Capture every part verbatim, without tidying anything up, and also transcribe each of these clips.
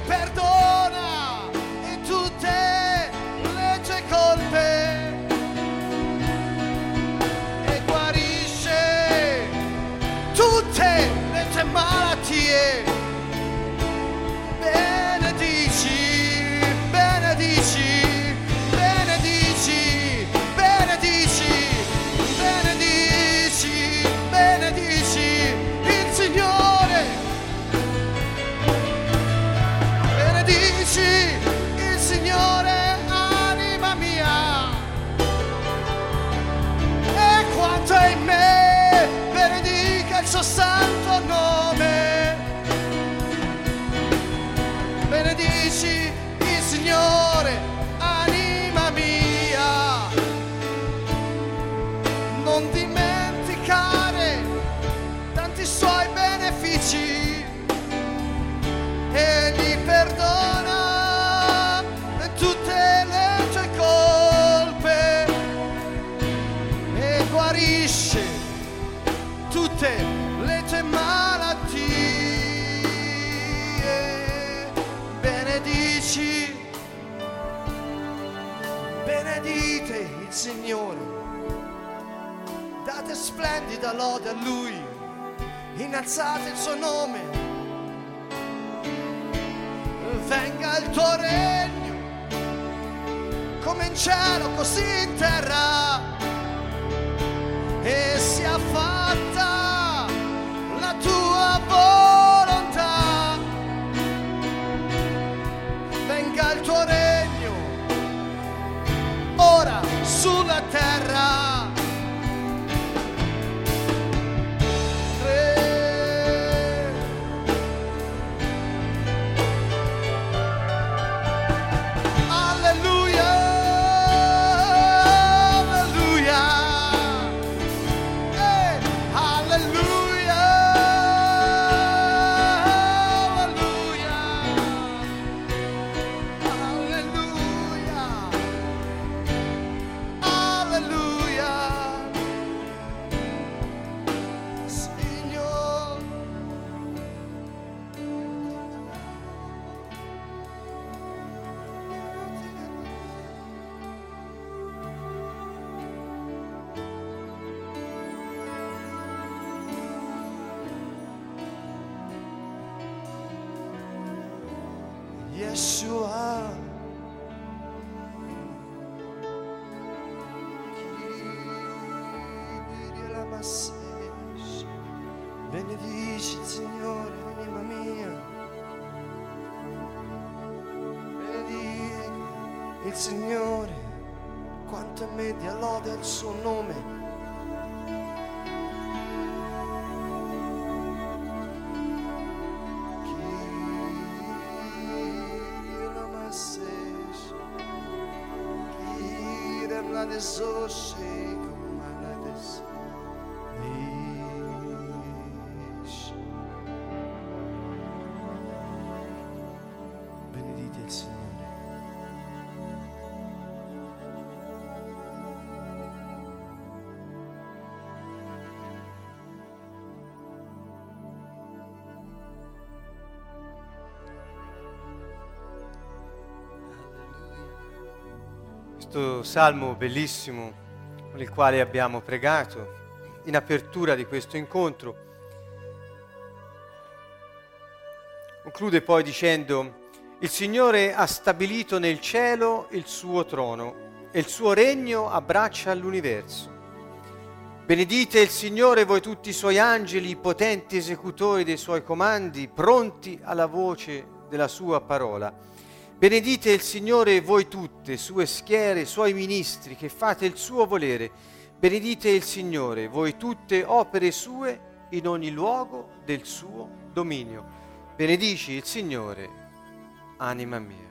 perdona e tutte le tue colpe e guarisce tutte le tue malattie. Benedici, benedici, benedici, benedici, benedici, benedici il Signore. Benedici il Signore, anima mia, e quanto è in me, benedica il suo santo nome. Benedici il Signore, anima mia, non dimenticare tanti suoi benefici. Egli perdona tutte le tue colpe e guarisce tutte le tue malattie. Benedici, benedite il Signore, date splendida lode a Lui, innalzate il suo nome. Venga il tuo regno, come in cielo così in terra, e sia fatta la tua volontà. Venga il tuo regno, ora sulla terra. Yeshua, benedici il Signore, anima mia, benedici il Signore, quanto è media lode al suo nome. So shake my this benedite il Signore. Questo salmo bellissimo con il quale abbiamo pregato in apertura di questo incontro conclude poi dicendo: il Signore ha stabilito nel cielo il suo trono e il suo regno abbraccia l'universo. Benedite il Signore voi tutti i suoi angeli, i potenti esecutori dei suoi comandi, pronti alla voce della sua parola. Benedite il Signore voi tutte, sue schiere, suoi ministri, che fate il suo volere. Benedite il Signore, voi tutte opere sue, in ogni luogo del suo dominio. Benedici il Signore, anima mia.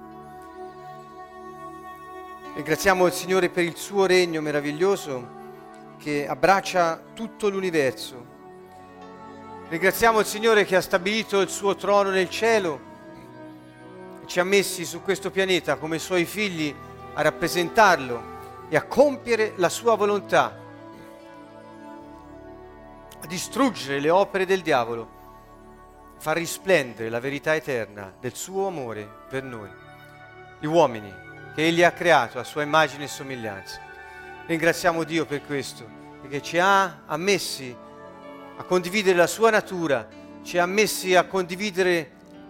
Ringraziamo il Signore per il suo regno meraviglioso che abbraccia tutto l'universo. Ringraziamo il Signore che ha stabilito il suo trono nel cielo, ci ha messi su questo pianeta come suoi figli a rappresentarlo e a compiere la sua volontà, a distruggere le opere del diavolo far risplendere la verità eterna del suo amore per noi, gli uomini che Egli ha creato a sua immagine e somiglianza. Ringraziamo Dio per questo, perché ci ha ammessi a condividere la sua natura, ci ha ammessi a condividere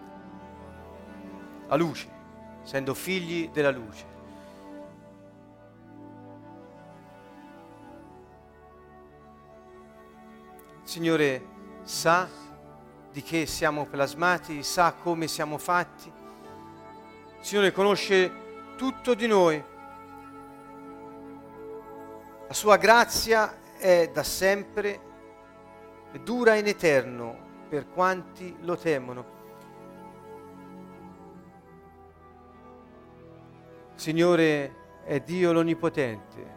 la luce, essendo figli della luce. Il Signore sa di che siamo plasmati, sa come siamo fatti. Il Signore conosce tutto di noi. La sua grazia è da sempre e dura in eterno per quanti lo temono. Il Signore è Dio l'Onnipotente,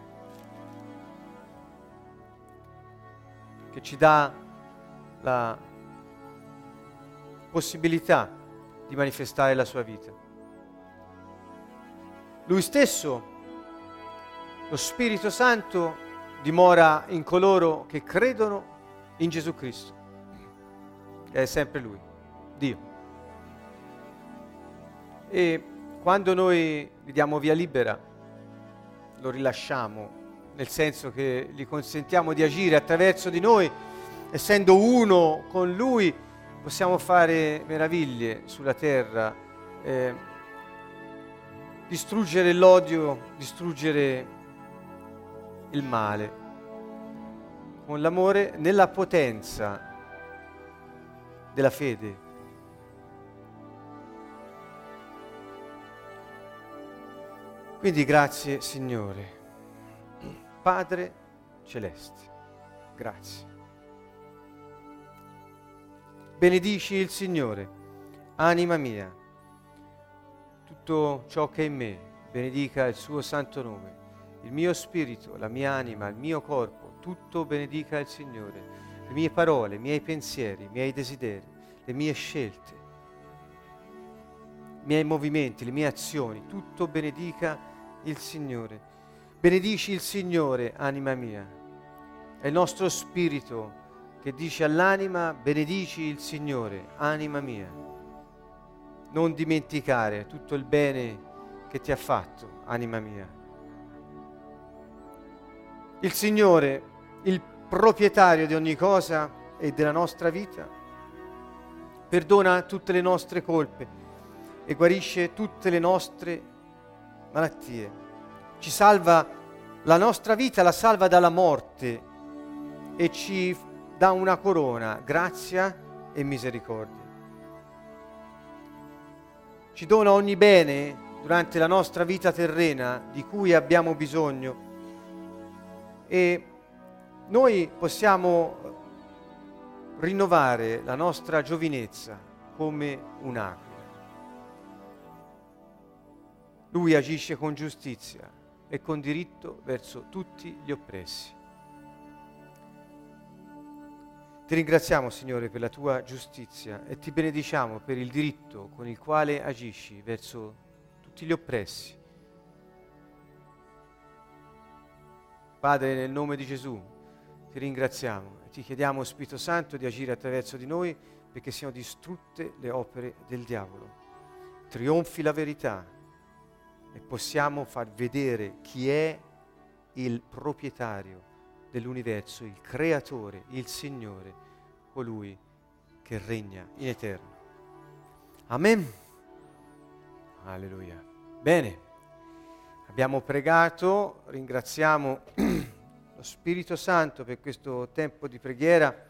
che ci dà la possibilità di manifestare la sua vita. Lui stesso, lo Spirito Santo, dimora in coloro che credono in Gesù Cristo. È sempre Lui, Dio. E quando noi gli diamo via libera, lo rilasciamo, nel senso che gli consentiamo di agire attraverso di noi, essendo uno con Lui, possiamo fare meraviglie sulla terra, eh, distruggere l'odio, distruggere il male, con l'amore nella potenza della fede. Quindi grazie Signore, Padre Celeste, grazie. Benedici il Signore, anima mia, tutto ciò che è in me, benedica il suo santo nome. Il mio spirito, la mia anima, il mio corpo, tutto benedica il Signore. Le mie parole, i miei pensieri, i miei desideri, le mie scelte, i miei movimenti, le mie azioni, tutto benedica il Signore. Benedici il Signore, anima mia. È il nostro spirito che dice all'anima: benedici il Signore, anima mia. Non dimenticare tutto il bene che ti ha fatto, anima mia. Il Signore, il proprietario di ogni cosa e della nostra vita, perdona tutte le nostre colpe e guarisce tutte le nostre malattie. Ci salva la nostra vita, la salva dalla morte e ci dà una corona, grazia e misericordia. Ci dona ogni bene durante la nostra vita terrena di cui abbiamo bisogno e noi possiamo rinnovare la nostra giovinezza come un'aquila. Lui agisce con giustizia e con diritto verso tutti gli oppressi. Ti ringraziamo, Signore, per la tua giustizia e ti benediciamo per il diritto con il quale agisci verso tutti gli oppressi. Padre, nel nome di Gesù, ti ringraziamo e ti chiediamo, Spirito Santo, di agire attraverso di noi perché siano distrutte le opere del diavolo. Trionfi la verità e possiamo far vedere chi è il proprietario dell'universo, il creatore, il Signore, colui che regna in eterno. Amen. Alleluia. Bene, abbiamo pregato, ringraziamo lo Spirito Santo per questo tempo di preghiera,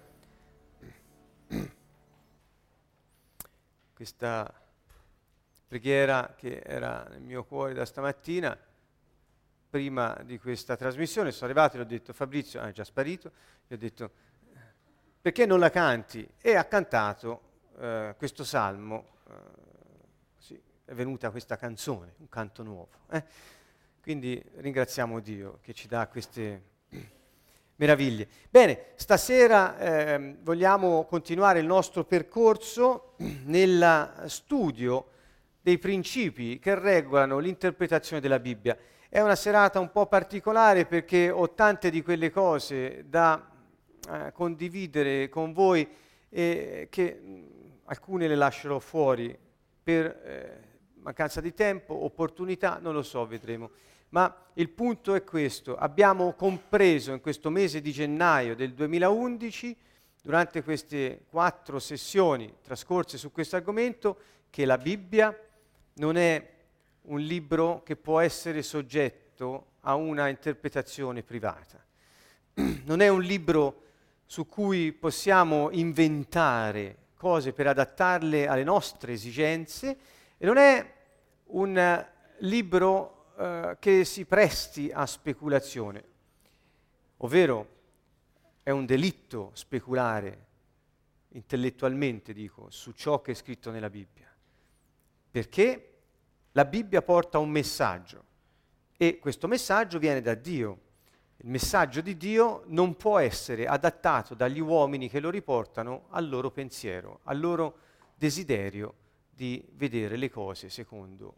questa preghiera che era nel mio cuore da stamattina. Prima di questa trasmissione sono arrivato e ho detto: Fabrizio, ah, è già sparito, gli ho detto: perché non la canti? E ha cantato eh, questo salmo, eh, sì, è venuta questa canzone, un canto nuovo. Eh? Quindi ringraziamo Dio che ci dà queste meraviglie. Bene, stasera eh, vogliamo continuare il nostro percorso nel studio dei principi che regolano l'interpretazione della Bibbia. È una serata un po' particolare perché ho tante di quelle cose da eh, condividere con voi eh, che mh, alcune le lascerò fuori per eh, mancanza di tempo, opportunità, non lo so, vedremo. Ma il punto è questo: abbiamo compreso in questo mese di gennaio del duemilaundici, durante queste quattro sessioni trascorse su questo argomento, che la Bibbia non è un libro che può essere soggetto a una interpretazione privata. Non è un libro su cui possiamo inventare cose per adattarle alle nostre esigenze, e non è un libro eh, che si presti a speculazione, ovvero è un delitto speculare intellettualmente, dico, su ciò che è scritto nella Bibbia, perché la Bibbia porta un messaggio e questo messaggio viene da Dio. Il messaggio di Dio non può essere adattato dagli uomini che lo riportano al loro pensiero, al loro desiderio di vedere le cose secondo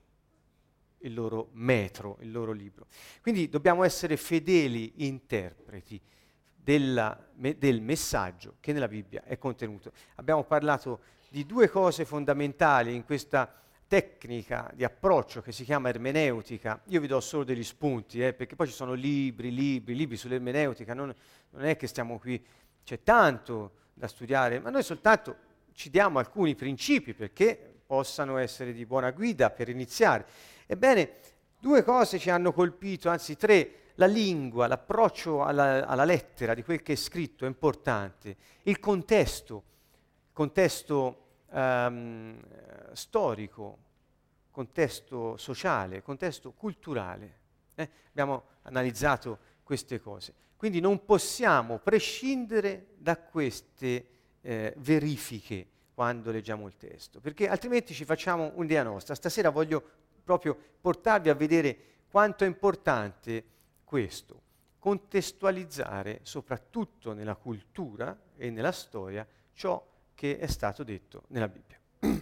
il loro metro, il loro libro. Quindi dobbiamo essere fedeli interpreti della, me, del messaggio che nella Bibbia è contenuto. Abbiamo parlato di due cose fondamentali in questa tecnica di approccio che si chiama ermeneutica. Io vi do solo degli spunti, eh, perché poi ci sono libri, libri, libri sull'ermeneutica, non, non è che stiamo qui, c'è tanto da studiare, ma noi soltanto ci diamo alcuni principi perché possano essere di buona guida per iniziare. Ebbene, due cose ci hanno colpito, anzi tre: la lingua, l'approccio alla, alla lettera di quel che è scritto è importante, il contesto, contesto Um, storico, contesto sociale, contesto culturale. Eh? Abbiamo analizzato queste cose. Quindi non possiamo prescindere da queste eh, verifiche quando leggiamo il testo, perché altrimenti ci facciamo un'idea nostra. Stasera voglio proprio portarvi a vedere quanto è importante questo, contestualizzare soprattutto nella cultura e nella storia ciò che è stato detto nella Bibbia.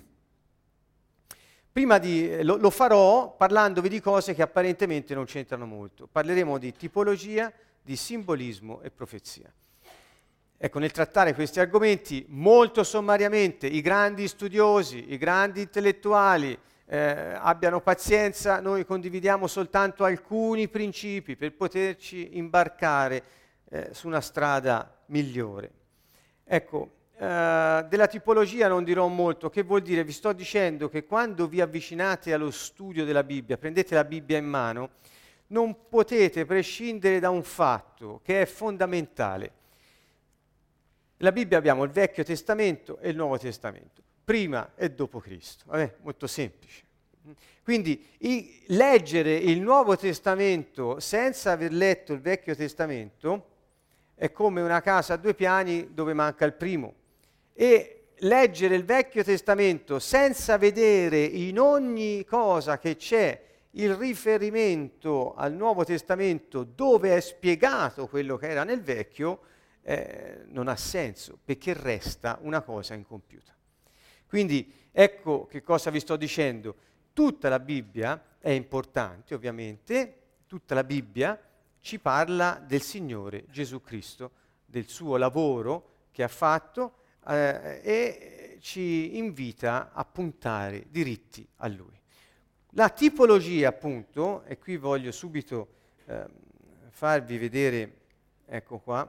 Prima di, eh, lo, lo farò parlandovi di cose che apparentemente non c'entrano molto. Parleremo di tipologia, di simbolismo e profezia. Ecco, nel trattare questi argomenti molto sommariamente, i grandi studiosi, i grandi intellettuali eh, abbiano pazienza, noi condividiamo soltanto alcuni principi per poterci imbarcare eh, su una strada migliore. Ecco, Uh, della tipologia non dirò molto. Che vuol dire? Vi sto dicendo che quando vi avvicinate allo studio della Bibbia, prendete la Bibbia in mano, non potete prescindere da un fatto che è fondamentale. Nella Bibbia abbiamo il Vecchio Testamento e il Nuovo Testamento, prima e dopo Cristo. Vabbè, molto semplice. Quindi i, leggere il Nuovo Testamento senza aver letto il Vecchio Testamento è come una casa a due piani dove manca il primo. E leggere il Vecchio Testamento senza vedere in ogni cosa che c'è il riferimento al Nuovo Testamento dove è spiegato quello che era nel Vecchio, eh, non ha senso, perché resta una cosa incompiuta. Quindi ecco che cosa vi sto dicendo. Tutta la Bibbia è importante, ovviamente, tutta la Bibbia ci parla del Signore Gesù Cristo, del suo lavoro che ha fatto, Eh, e ci invita a puntare diritti a Lui. La tipologia, appunto, e qui voglio subito eh, farvi vedere, ecco qua,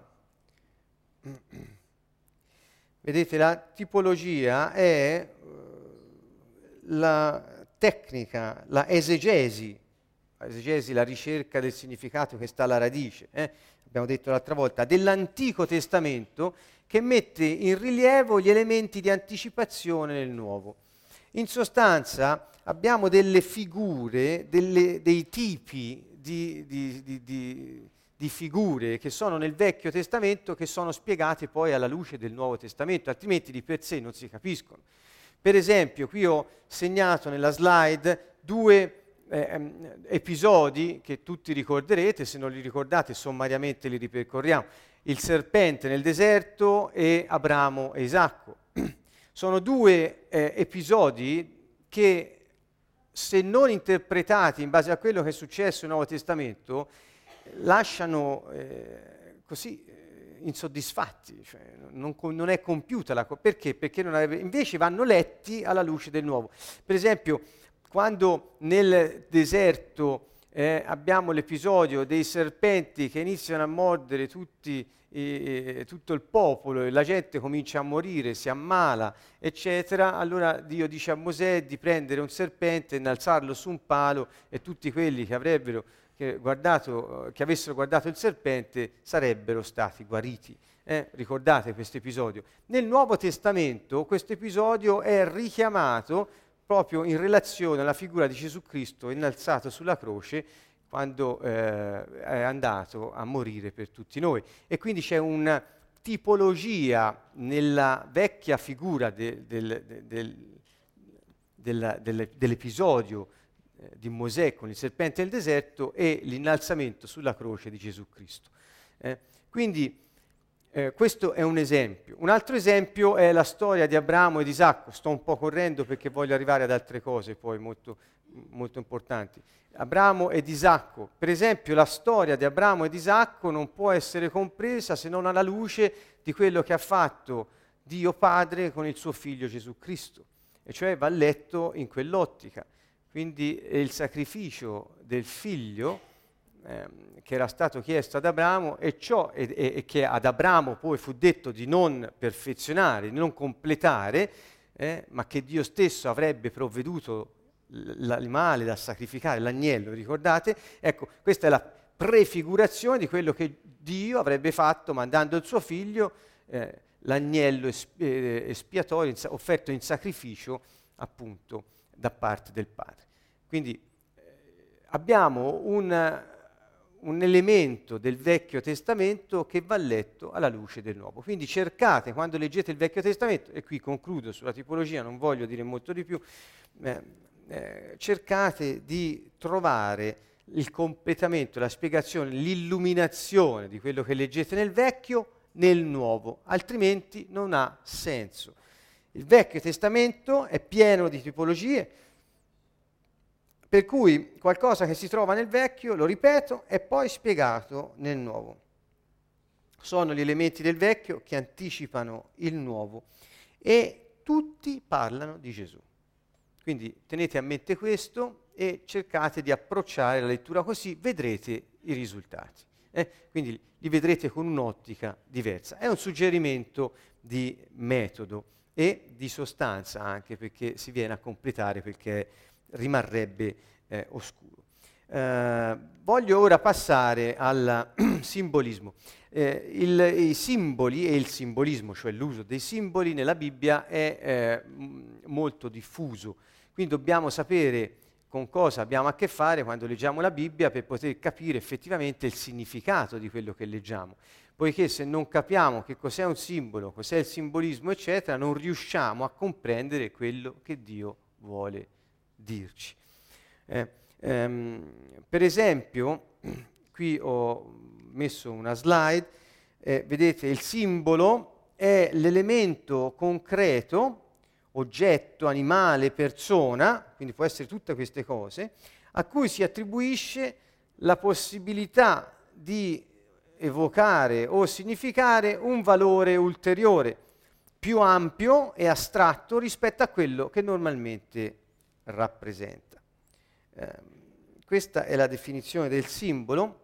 vedete, la tipologia è uh, la tecnica, la esegesi, la esegesi, la ricerca del significato che sta alla radice, eh? abbiamo detto l'altra volta, dell'Antico Testamento, che mette in rilievo gli elementi di anticipazione nel Nuovo. In sostanza abbiamo delle figure, delle, dei tipi di, di, di, di, di figure che sono nel Vecchio Testamento che sono spiegate poi alla luce del Nuovo Testamento, altrimenti di per sé non si capiscono. Per esempio, qui ho segnato nella slide due eh, episodi che tutti ricorderete, se non li ricordate sommariamente li ripercorriamo. Il serpente nel deserto e Abramo e Isacco. Sono due eh, episodi che, se non interpretati in base a quello che è successo nel Nuovo Testamento, lasciano eh, così eh, insoddisfatti, cioè non, non è compiuta la cosa. Perché? Perché non avrebbe, invece vanno letti alla luce del nuovo. Per esempio, quando nel deserto eh, abbiamo l'episodio dei serpenti che iniziano a mordere tutti, eh, tutto il popolo e la gente comincia a morire, si ammala, eccetera, allora Dio dice a Mosè di prendere un serpente, innalzarlo su un palo e tutti quelli che avrebbero che, guardato, che avessero guardato il serpente sarebbero stati guariti. Eh? Ricordate questo episodio? Nel Nuovo Testamento questo episodio è richiamato proprio in relazione alla figura di Gesù Cristo innalzato sulla croce quando eh, è andato a morire per tutti noi. E quindi c'è una tipologia nella vecchia figura de, del, de, del, del, del, dell'episodio eh, di Mosè con il serpente nel deserto e l'innalzamento sulla croce di Gesù Cristo. Eh? Quindi Eh, questo è un esempio. Un altro esempio è la storia di Abramo e di Isacco. Sto un po' correndo perché voglio arrivare ad altre cose poi molto, molto importanti. Abramo ed Isacco. Per esempio, la storia di Abramo ed Isacco non può essere compresa se non alla luce di quello che ha fatto Dio Padre con il suo figlio Gesù Cristo. E cioè va letto in quell'ottica. Quindi il sacrificio del figlio Ehm, che era stato chiesto ad Abramo e, ciò, e, e, e che ad Abramo poi fu detto di non perfezionare, di non completare, eh, ma che Dio stesso avrebbe provveduto l'animale da sacrificare, l'agnello, ricordate? Ecco, questa è la prefigurazione di quello che Dio avrebbe fatto mandando il suo figlio, eh, l'agnello esp- eh, espiatorio, in, offerto in sacrificio appunto da parte del Padre. Quindi eh, abbiamo un... un elemento del Vecchio Testamento che va letto alla luce del Nuovo. Quindi cercate, quando leggete il Vecchio Testamento, e qui concludo sulla tipologia, non voglio dire molto di più, eh, eh, cercate di trovare il completamento, la spiegazione, l'illuminazione di quello che leggete nel Vecchio nel Nuovo, altrimenti non ha senso. Il Vecchio Testamento è pieno di tipologie, per cui qualcosa che si trova nel vecchio, lo ripeto, è poi spiegato nel nuovo. Sono gli elementi del vecchio che anticipano il nuovo e tutti parlano di Gesù. Quindi tenete a mente questo e cercate di approcciare la lettura così, vedrete i risultati. Eh? Quindi li vedrete con un'ottica diversa. È un suggerimento di metodo e di sostanza anche, perché si viene a completare, perché rimarrebbe eh, oscuro. Eh, voglio ora passare al simbolismo. Eh, il, I simboli e il simbolismo, cioè l'uso dei simboli nella Bibbia è eh, m- molto diffuso, quindi dobbiamo sapere con cosa abbiamo a che fare quando leggiamo la Bibbia per poter capire effettivamente il significato di quello che leggiamo, poiché se non capiamo che cos'è un simbolo, cos'è il simbolismo, eccetera, non riusciamo a comprendere quello che Dio vuole dirci. Eh, ehm, per esempio, qui ho messo una slide, eh, vedete il simbolo è l'elemento concreto, oggetto, animale, persona, quindi può essere tutte queste cose, a cui si attribuisce la possibilità di evocare o significare un valore ulteriore, più ampio e astratto rispetto a quello che normalmente rappresenta. Eh, questa è la definizione del simbolo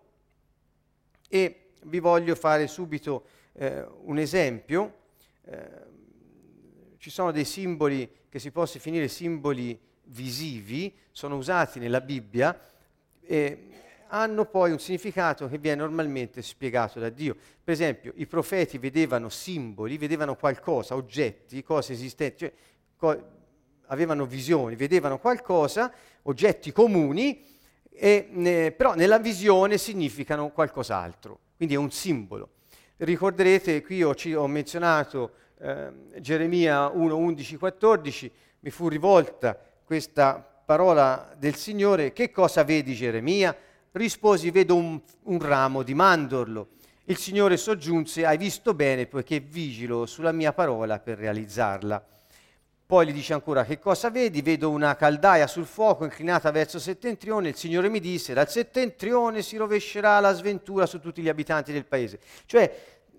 e vi voglio fare subito eh, un esempio. Eh, ci sono dei simboli che si possono definire simboli visivi, sono usati nella Bibbia e hanno poi un significato che viene normalmente spiegato da Dio. Per esempio, i profeti vedevano simboli, vedevano qualcosa, oggetti, cose esistenti, cioè co- avevano visioni, vedevano qualcosa, oggetti comuni, e, eh, però nella visione significano qualcos'altro, quindi è un simbolo. Ricorderete, qui ho, ci, ho menzionato eh, Geremia uno, undici, quattordici, mi fu rivolta questa parola del Signore: che cosa vedi, Geremia? Risposi: vedo un, un ramo di mandorlo. Il Signore soggiunse: hai visto bene, poiché vigilo sulla mia parola per realizzarla. Poi gli dice ancora: che cosa vedi? Vedo una caldaia sul fuoco inclinata verso settentrione. Il Signore mi disse: dal settentrione si rovescerà la sventura su tutti gli abitanti del paese. Cioè,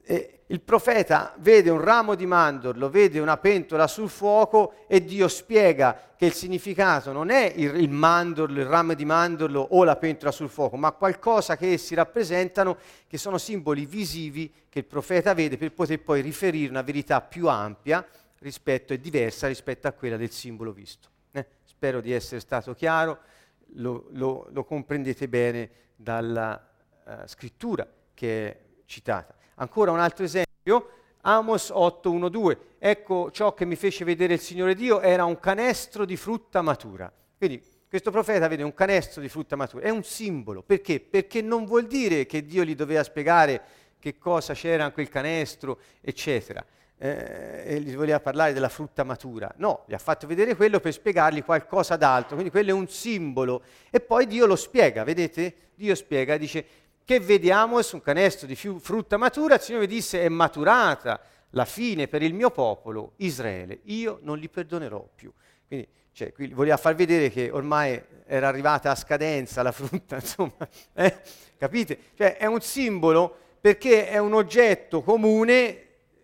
eh, il profeta vede un ramo di mandorlo, vede una pentola sul fuoco e Dio spiega che il significato non è il, il mandorlo, il ramo di mandorlo o la pentola sul fuoco, ma qualcosa che essi rappresentano, che sono simboli visivi che il profeta vede per poter poi riferire una verità più ampia rispetto e diversa rispetto a quella del simbolo visto. Eh, spero di essere stato chiaro, lo, lo, lo comprendete bene dalla uh, scrittura che è citata. Ancora un altro esempio, Amos otto uno due. Ecco, ciò che mi fece vedere il Signore Dio era un canestro di frutta matura. Quindi questo profeta vede un canestro di frutta matura, è un simbolo. Perché? Perché non vuol dire che Dio gli doveva spiegare che cosa c'era in quel canestro, eccetera. Eh, e gli voleva parlare della frutta matura. No, gli ha fatto vedere quello per spiegargli qualcosa d'altro. Quindi quello è un simbolo. E poi Dio lo spiega, vedete? Dio spiega, dice... Che vediamo su un canestro di fiu- frutta matura, il Signore disse è maturata la fine per il mio popolo Israele, io non li perdonerò più. Quindi cioè, qui voleva far vedere che ormai era arrivata a scadenza la frutta, insomma, eh? Capite? Cioè è un simbolo perché è un oggetto comune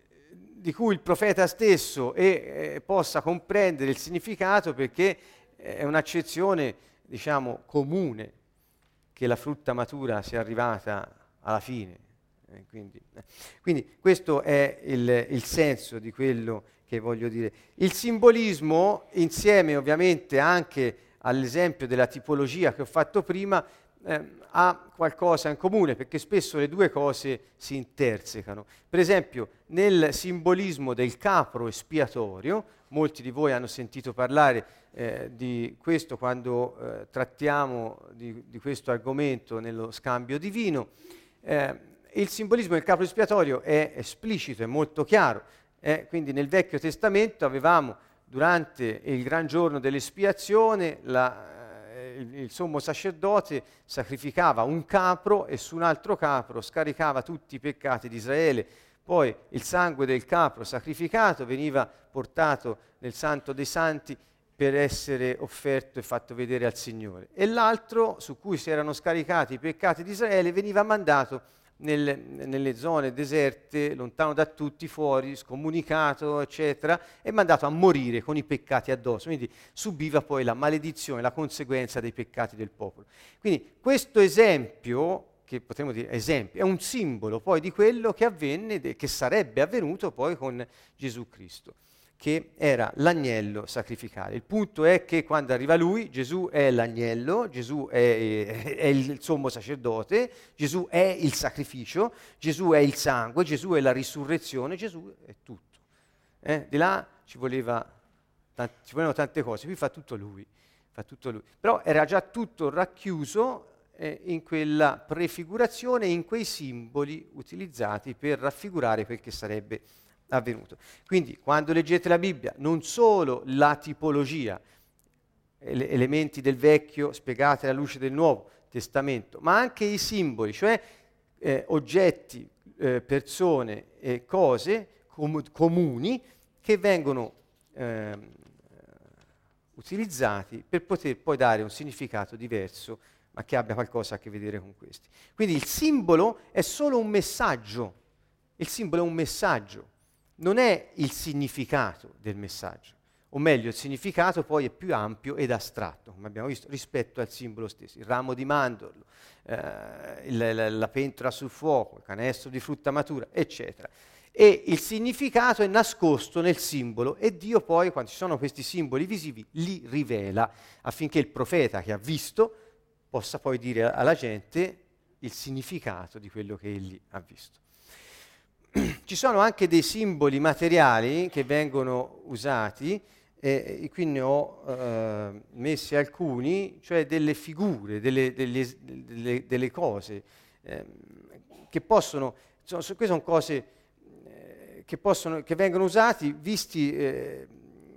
di cui il profeta stesso e, eh, possa comprendere il significato, perché è un'accezione, diciamo, comune, che la frutta matura sia arrivata alla fine. Eh, quindi, eh. quindi questo è il, il senso di quello che voglio dire. Il simbolismo, insieme ovviamente anche all'esempio della tipologia che ho fatto prima, eh, ha qualcosa in comune, perché spesso le due cose si intersecano. Per esempio, nel simbolismo del capro espiatorio, molti di voi hanno sentito parlare eh, di questo quando eh, trattiamo di, di questo argomento nello scambio divino. Eh, il simbolismo del capro espiatorio è esplicito, è molto chiaro. Eh, quindi nel Vecchio Testamento avevamo durante il gran giorno dell'espiazione la, eh, il, il sommo sacerdote sacrificava un capro e su un altro capro scaricava tutti i peccati di Israele. Poi il sangue del capro sacrificato veniva portato nel Santo dei Santi per essere offerto e fatto vedere al Signore. E l'altro, su cui si erano scaricati i peccati di Israele, veniva mandato nel, nelle zone deserte, lontano da tutti, fuori, scomunicato, eccetera, e mandato a morire con i peccati addosso. Quindi subiva poi la maledizione, la conseguenza dei peccati del popolo. Quindi questo esempio, che potremmo dire esempio, è un simbolo poi di quello che avvenne, de- che sarebbe avvenuto poi con Gesù Cristo, che era l'agnello sacrificale. Il punto è che quando arriva lui, Gesù è l'agnello, Gesù è, è, è il sommo sacerdote, Gesù è il sacrificio, Gesù è il sangue, Gesù è la risurrezione, Gesù è tutto. Eh? Di là ci, voleva, tanti, ci volevano tante cose, qui fa tutto lui, fa tutto lui. Però era già tutto racchiuso eh, in quella prefigurazione, in quei simboli utilizzati per raffigurare quel che sarebbe avvenuto. Quindi quando leggete la Bibbia, non solo la tipologia, ele- elementi del Vecchio spiegati alla luce del Nuovo Testamento, ma anche i simboli, cioè eh, oggetti, eh, persone e cose com- comuni che vengono eh, utilizzati per poter poi dare un significato diverso, ma che abbia qualcosa a che vedere con questi. Quindi il simbolo è solo un messaggio, il simbolo è un messaggio, non è il significato del messaggio, o meglio, il significato poi è più ampio ed astratto, come abbiamo visto, rispetto al simbolo stesso. Il ramo di mandorlo, eh, il, la, la pentola sul fuoco, il canestro di frutta matura, eccetera. E il significato è nascosto nel simbolo e Dio poi, quando ci sono questi simboli visivi, li rivela affinché il profeta che ha visto possa poi dire alla gente il significato di quello che egli ha visto. Ci sono anche dei simboli materiali che vengono usati, eh, e qui ne ho eh, messi alcuni, cioè delle figure, delle, delle, delle, delle cose eh, che possono, sono, queste sono cose eh, che, possono, che vengono usati, visti, eh,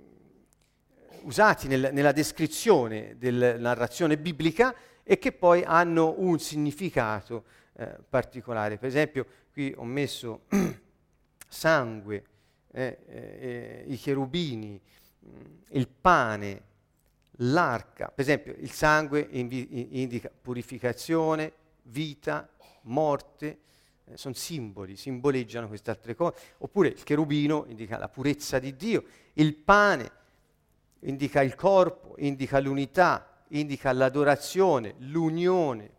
usati nel, nella descrizione della narrazione biblica e che poi hanno un significato eh, particolare. Per esempio, qui ho messo sangue, eh, eh, i cherubini, mh, il pane, l'arca. Per esempio, il sangue invi- indica purificazione, vita, morte, eh, sono simboli, simboleggiano queste altre cose. Oppure il cherubino indica la purezza di Dio, il pane indica il corpo, indica l'unità, indica l'adorazione, l'unione,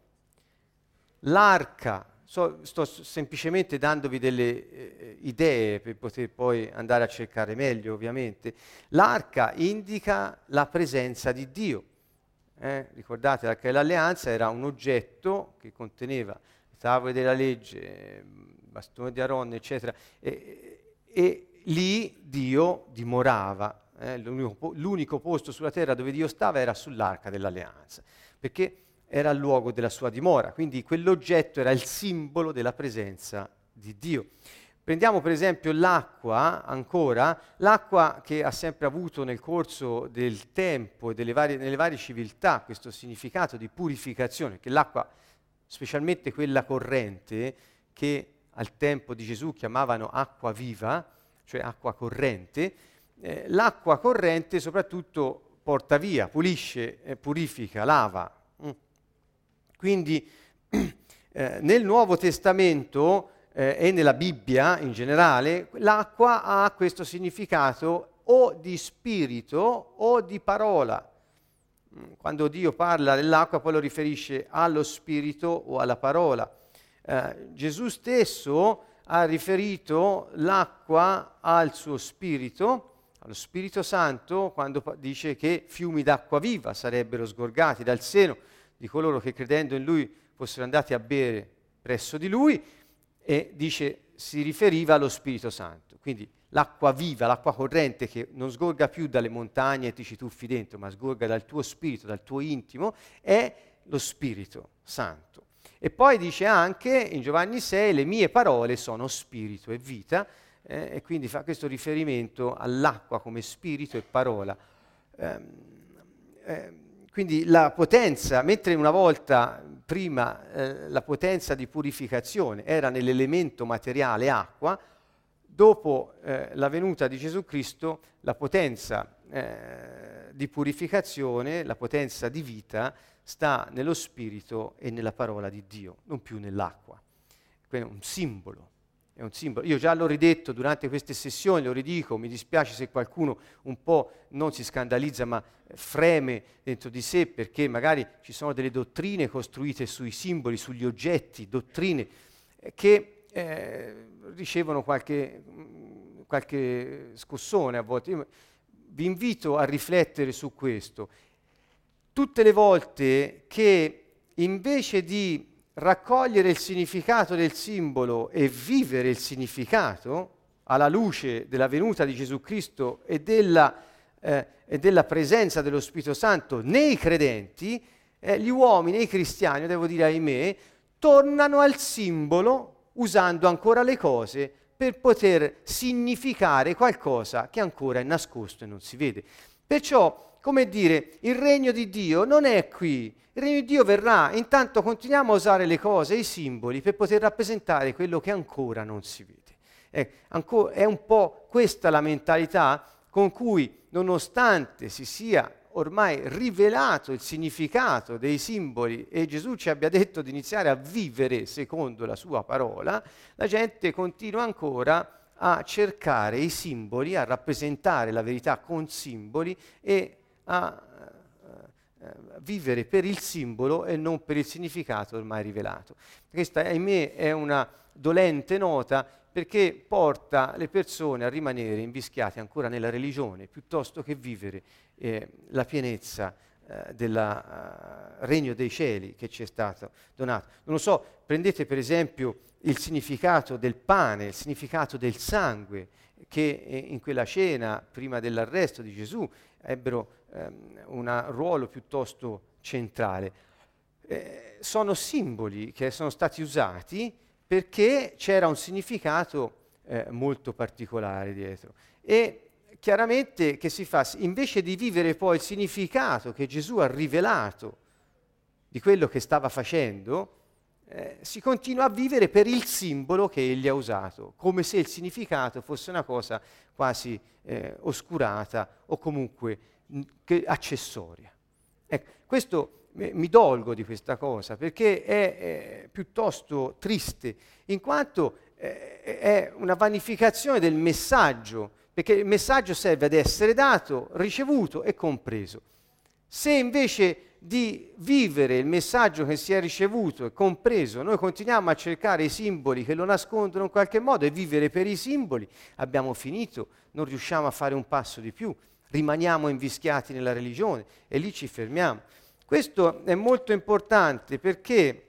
l'arca. So, sto semplicemente dandovi delle eh, idee per poter poi andare a cercare meglio, ovviamente. L'arca indica la presenza di Dio. Eh? Ricordate, l'arca dell'alleanza era un oggetto che conteneva le tavole della legge, bastone di Aronne, eccetera, e, e lì Dio dimorava. Eh? L'unico, l'unico posto sulla terra dove Dio stava era sull'arca dell'alleanza, perché era il luogo della sua dimora, quindi quell'oggetto era il simbolo della presenza di Dio. Prendiamo per esempio l'acqua, ancora, l'acqua che ha sempre avuto nel corso del tempo e delle varie, nelle varie civiltà questo significato di purificazione, che l'acqua, specialmente quella corrente, che al tempo di Gesù chiamavano acqua viva, cioè acqua corrente, eh, l'acqua corrente soprattutto porta via, pulisce, eh, purifica, lava. Mm. Quindi eh, nel Nuovo Testamento eh, e nella Bibbia in generale, l'acqua ha questo significato o di spirito o di parola. Quando Dio parla dell'acqua poi lo riferisce allo spirito o alla parola. Eh, Gesù stesso ha riferito l'acqua al suo spirito, allo Spirito Santo, quando dice che fiumi d'acqua viva sarebbero sgorgati dal seno di coloro che credendo in Lui fossero andati a bere presso di Lui, e dice si riferiva allo Spirito Santo. Quindi l'acqua viva, l'acqua corrente che non sgorga più dalle montagne e ti ci tuffi dentro, ma sgorga dal tuo spirito, dal tuo intimo, è lo Spirito Santo. E poi dice anche in Giovanni sei, le mie parole sono spirito e vita, eh, e quindi fa questo riferimento all'acqua come spirito e parola. Eh, eh, quindi la potenza, mentre una volta prima eh, la potenza di purificazione era nell'elemento materiale acqua, dopo eh, la venuta di Gesù Cristo la potenza eh, di purificazione, la potenza di vita sta nello spirito e nella parola di Dio, non più nell'acqua. Quindi è un simbolo. È un simbolo. Io già l'ho ridetto durante queste sessioni, lo ridico, mi dispiace se qualcuno un po' non si scandalizza, ma freme dentro di sé perché magari ci sono delle dottrine costruite sui simboli, sugli oggetti, dottrine che eh, ricevono qualche, qualche scossone a volte. Io vi invito a riflettere su questo. Tutte le volte che invece di raccogliere il significato del simbolo e vivere il significato alla luce della venuta di Gesù Cristo e della, eh, e della presenza dello Spirito Santo nei credenti, eh, gli uomini, i cristiani, devo dire ahimè, tornano al simbolo usando ancora le cose per poter significare qualcosa che ancora è nascosto e non si vede. Perciò, come dire, il regno di Dio non è qui. Il regno di Dio verrà, intanto continuiamo a usare le cose, i simboli, per poter rappresentare quello che ancora non si vede. Eh, anco, è un po' questa la mentalità con cui, nonostante si sia ormai rivelato il significato dei simboli e Gesù ci abbia detto di iniziare a vivere secondo la sua parola, la gente continua ancora a cercare i simboli, a rappresentare la verità con simboli e a vivere per il simbolo e non per il significato ormai rivelato. Questa, ahimè, è una dolente nota perché porta le persone a rimanere invischiate ancora nella religione piuttosto che vivere eh, la pienezza eh, del uh, regno dei cieli che ci è stato donato. Non lo so, prendete per esempio il significato del pane, il significato del sangue che eh, in quella cena prima dell'arresto di Gesù ebbero ehm, un ruolo piuttosto centrale. Eh, sono simboli che sono stati usati perché c'era un significato eh, molto particolare dietro. E chiaramente che si fa? Invece di vivere poi il significato che Gesù ha rivelato di quello che stava facendo, eh, si continua a vivere per il simbolo che egli ha usato, come se il significato fosse una cosa quasi eh, oscurata o comunque mh, che accessoria. Ecco, questo mi dolgo di questa cosa, perché è, è piuttosto triste, in quanto è, è una vanificazione del messaggio, perché il messaggio serve ad essere dato, ricevuto e compreso. Se invece di vivere il messaggio che si è ricevuto e compreso, noi continuiamo a cercare i simboli che lo nascondono in qualche modo e vivere per i simboli, abbiamo finito, non riusciamo a fare un passo di più, rimaniamo invischiati nella religione e lì ci fermiamo. Questo è molto importante perché,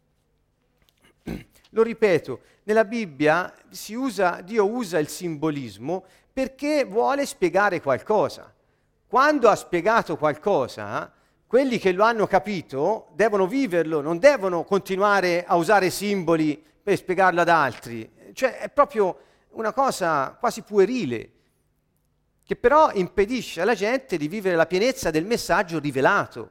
lo ripeto, nella Bibbia si usa, Dio usa il simbolismo perché vuole spiegare qualcosa. Quando ha spiegato qualcosa, quelli che lo hanno capito devono viverlo, non devono continuare a usare simboli per spiegarlo ad altri. Cioè è proprio una cosa quasi puerile, che però impedisce alla gente di vivere la pienezza del messaggio rivelato.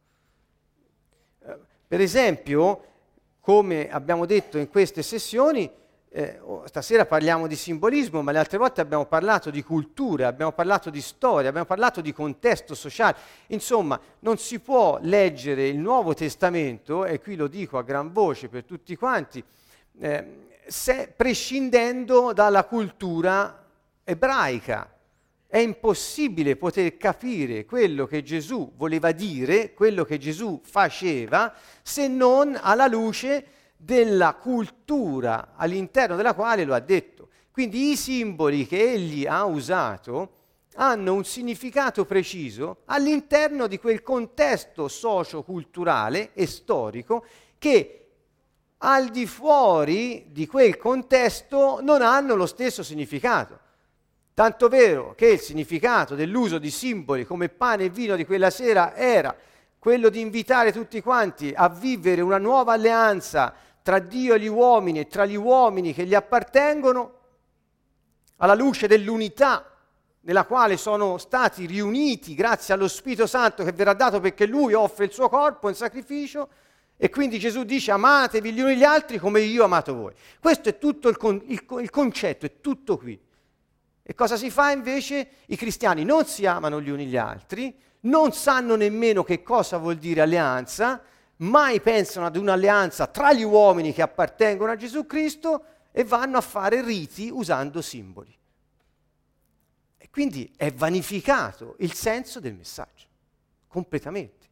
Per esempio, come abbiamo detto in queste sessioni, eh, stasera parliamo di simbolismo, ma le altre volte abbiamo parlato di cultura, abbiamo parlato di storia, abbiamo parlato di contesto sociale. Insomma, non si può leggere il Nuovo Testamento, e qui lo dico a gran voce per tutti quanti, eh, se, prescindendo dalla cultura ebraica. È impossibile poter capire quello che Gesù voleva dire, quello che Gesù faceva, se non alla luce della cultura all'interno della quale lo ha detto. Quindi i simboli che egli ha usato hanno un significato preciso all'interno di quel contesto socio-culturale e storico che al di fuori di quel contesto non hanno lo stesso significato. Tanto vero che il significato dell'uso di simboli come pane e vino di quella sera era quello di invitare tutti quanti a vivere una nuova alleanza tra Dio e gli uomini e tra gli uomini che gli appartengono, alla luce dell'unità nella quale sono stati riuniti grazie allo Spirito Santo che verrà dato perché Lui offre il suo corpo in sacrificio, e quindi Gesù dice amatevi gli uni gli altri come io ho amato voi. Questo è tutto il, con, il, il concetto, è tutto qui. E cosa si fa invece? I cristiani non si amano gli uni gli altri, non sanno nemmeno che cosa vuol dire alleanza, mai pensano ad un'alleanza tra gli uomini che appartengono a Gesù Cristo e vanno a fare riti usando simboli. E quindi è vanificato il senso del messaggio, completamente.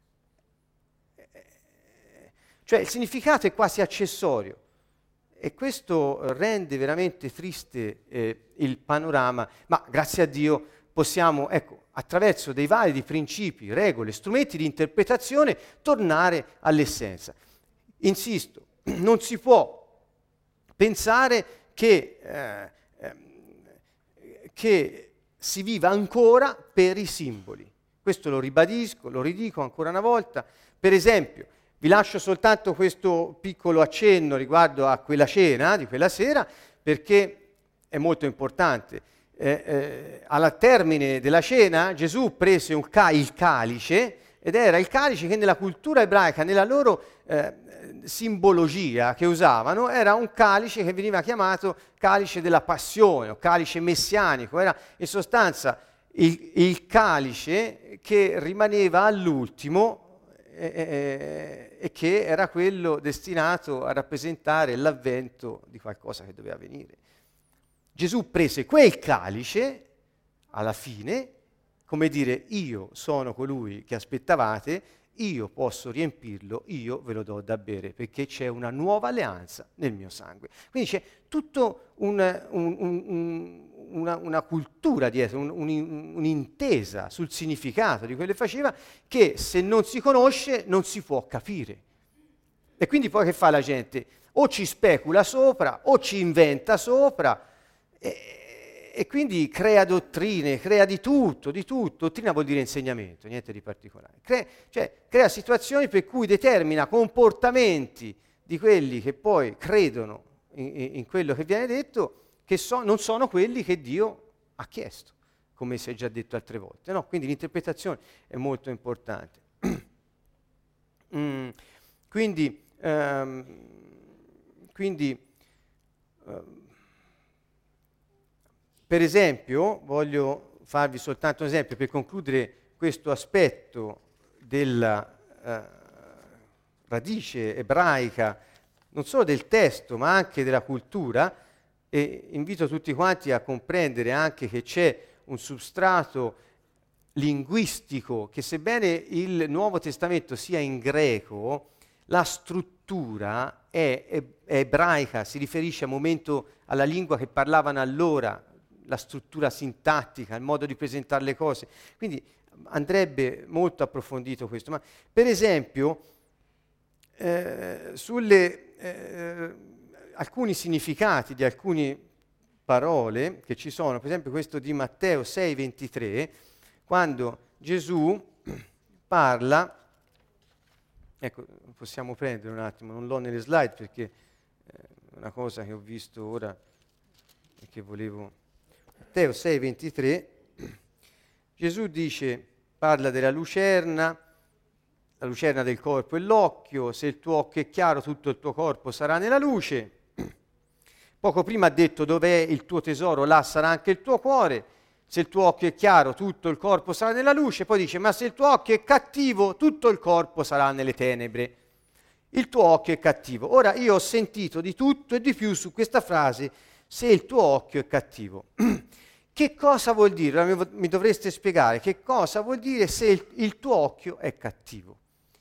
Cioè il significato è quasi accessorio. E questo rende veramente triste eh, il panorama, ma grazie a Dio possiamo, ecco, attraverso dei validi principi, regole, strumenti di interpretazione, tornare all'essenza. Insisto, non si può pensare che, eh, eh, che si viva ancora per i simboli. Questo lo ribadisco, lo ridico ancora una volta. Per esempio, vi lascio soltanto questo piccolo accenno riguardo a quella cena di quella sera, perché è molto importante. Eh, eh, al termine della cena Gesù prese un ca- il calice, ed era il calice che nella cultura ebraica, nella loro eh, simbologia che usavano, era un calice che veniva chiamato calice della passione o calice messianico. Era in sostanza il, il calice che rimaneva all'ultimo E, e, e che era quello destinato a rappresentare l'avvento di qualcosa che doveva venire. Gesù prese quel calice alla fine, come dire, io sono colui che aspettavate, io posso riempirlo, io ve lo do da bere, perché c'è una nuova alleanza nel mio sangue. Quindi c'è tutto un, un, un, un Una, una cultura dietro, un, un, un'intesa sul significato di quello che faceva, che se non si conosce non si può capire. E quindi poi che fa la gente? O ci specula sopra, o ci inventa sopra, e, e quindi crea dottrine, crea di tutto, di tutto. Dottrina vuol dire insegnamento, niente di particolare. Crea, cioè, crea situazioni per cui determina comportamenti di quelli che poi credono in, in quello che viene detto, che so, non sono quelli che Dio ha chiesto, come si è già detto altre volte. No? Quindi l'interpretazione è molto importante. mm, quindi, um, quindi um, per esempio, voglio farvi soltanto un esempio per concludere questo aspetto della, eh, radice ebraica, non solo del testo, ma anche della cultura, e invito tutti quanti a comprendere anche che c'è un substrato linguistico che, sebbene il Nuovo Testamento sia in greco, la struttura è, è, è ebraica, si riferisce al momento alla lingua che parlavano allora, la struttura sintattica, il modo di presentare le cose. Quindi andrebbe molto approfondito questo. Ma per esempio, eh, sulle eh, alcuni significati di alcune parole che ci sono, per esempio questo di Matteo sei ventitré, quando Gesù parla, ecco, possiamo prendere un attimo, non l'ho nelle slide perché è una cosa che ho visto ora e che volevo. Matteo sei ventitré, Gesù dice, parla della lucerna, la lucerna del corpo è l'occhio, se il tuo occhio è chiaro tutto il tuo corpo sarà nella luce. Poco prima ha detto dov'è il tuo tesoro, là sarà anche il tuo cuore. Se il tuo occhio è chiaro, tutto il corpo sarà nella luce. Poi dice, ma se il tuo occhio è cattivo, tutto il corpo sarà nelle tenebre. Il tuo occhio è cattivo. Ora, io ho sentito di tutto e di più su questa frase, se il tuo occhio è cattivo. Che cosa vuol dire? Mi dovreste spiegare che cosa vuol dire se il, il tuo occhio è cattivo.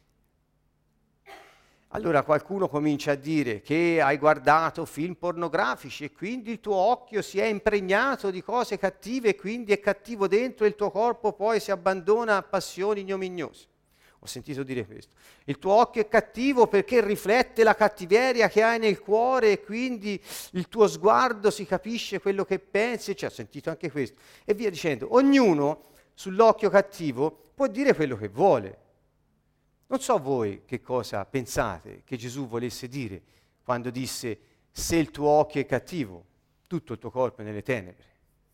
Allora qualcuno comincia a dire che hai guardato film pornografici e quindi il tuo occhio si è impregnato di cose cattive e quindi è cattivo dentro e il tuo corpo poi si abbandona a passioni ignominiose. Ho sentito dire questo. Il tuo occhio è cattivo perché riflette la cattiveria che hai nel cuore e quindi il tuo sguardo si capisce quello che pensi, cioè ho sentito anche questo. E via dicendo, ognuno sull'occhio cattivo può dire quello che vuole. Non so voi che cosa pensate che Gesù volesse dire quando disse se il tuo occhio è cattivo, tutto il tuo corpo è nelle tenebre.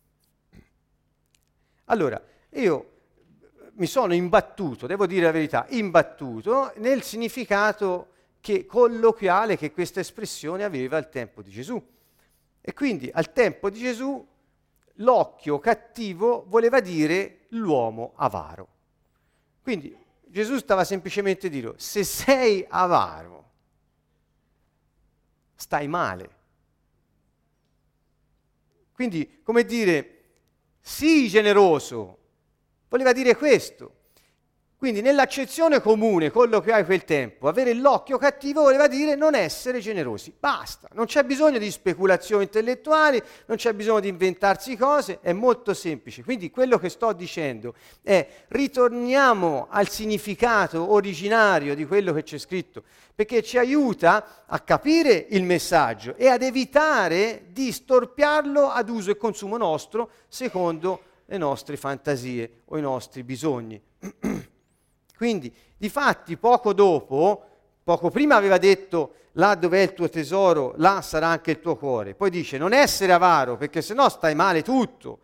Allora, io mi sono imbattuto, devo dire la verità, imbattuto nel significato che, colloquiale che questa espressione aveva al tempo di Gesù. E quindi al tempo di Gesù l'occhio cattivo voleva dire l'uomo avaro. Quindi Gesù stava semplicemente dicendo, se sei avaro, stai male. Quindi, come dire, sii generoso, voleva dire questo. Quindi, nell'accezione comune, quello che hai quel tempo, avere l'occhio cattivo voleva dire non essere generosi. Basta, non c'è bisogno di speculazioni intellettuali, non c'è bisogno di inventarsi cose, è molto semplice. Quindi, quello che sto dicendo è ritorniamo al significato originario di quello che c'è scritto, perché ci aiuta a capire il messaggio e ad evitare di storpiarlo ad uso e consumo nostro, secondo le nostre fantasie o i nostri bisogni. Quindi, difatti, poco dopo, poco prima aveva detto là dove è il tuo tesoro, là sarà anche il tuo cuore. Poi dice non essere avaro, perché sennò stai male tutto.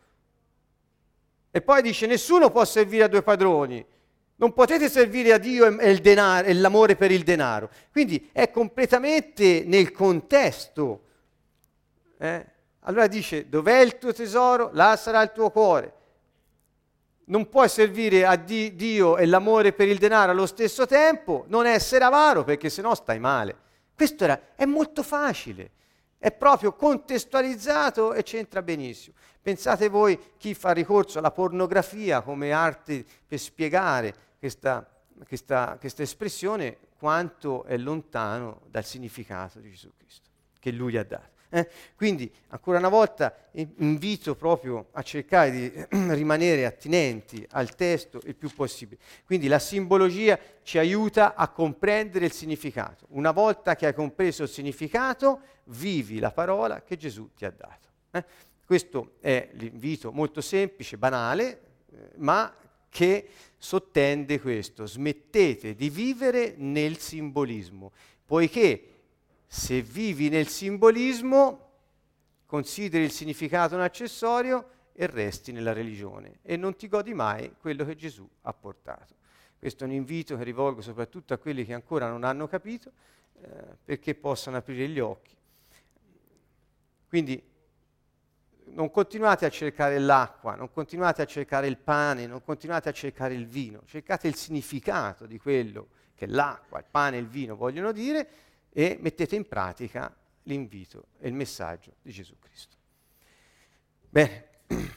E poi dice nessuno può servire a due padroni. Non potete servire a Dio e il denaro, e l'amore per il denaro. Quindi è completamente nel contesto. Eh? Allora dice dov'è il tuo tesoro, là sarà il tuo cuore. Non puoi servire a di- Dio e l'amore per il denaro allo stesso tempo, non essere avaro perché sennò stai male. Questo era, è molto facile, è proprio contestualizzato e c'entra benissimo. Pensate voi chi fa ricorso alla pornografia come arte per spiegare questa, questa, questa espressione, quanto è lontano dal significato di Gesù Cristo che Lui ha dato. Eh? Quindi, ancora una volta, invito proprio a cercare di rimanere attinenti al testo il più possibile. Quindi la simbologia ci aiuta a comprendere il significato. Una volta che hai compreso il significato, vivi la parola che Gesù ti ha dato. Eh? Questo è l'invito molto semplice, banale, eh, ma che sottende questo. Smettete di vivere nel simbolismo, poiché se vivi nel simbolismo, consideri il significato un accessorio e resti nella religione e non ti godi mai quello che Gesù ha portato. Questo è un invito che rivolgo soprattutto a quelli che ancora non hanno capito, eh, perché possano aprire gli occhi. Quindi non continuate a cercare l'acqua, non continuate a cercare il pane, non continuate a cercare il vino, cercate il significato di quello che l'acqua, il pane e il vino vogliono dire e mettete in pratica l'invito e il messaggio di Gesù Cristo. Bene,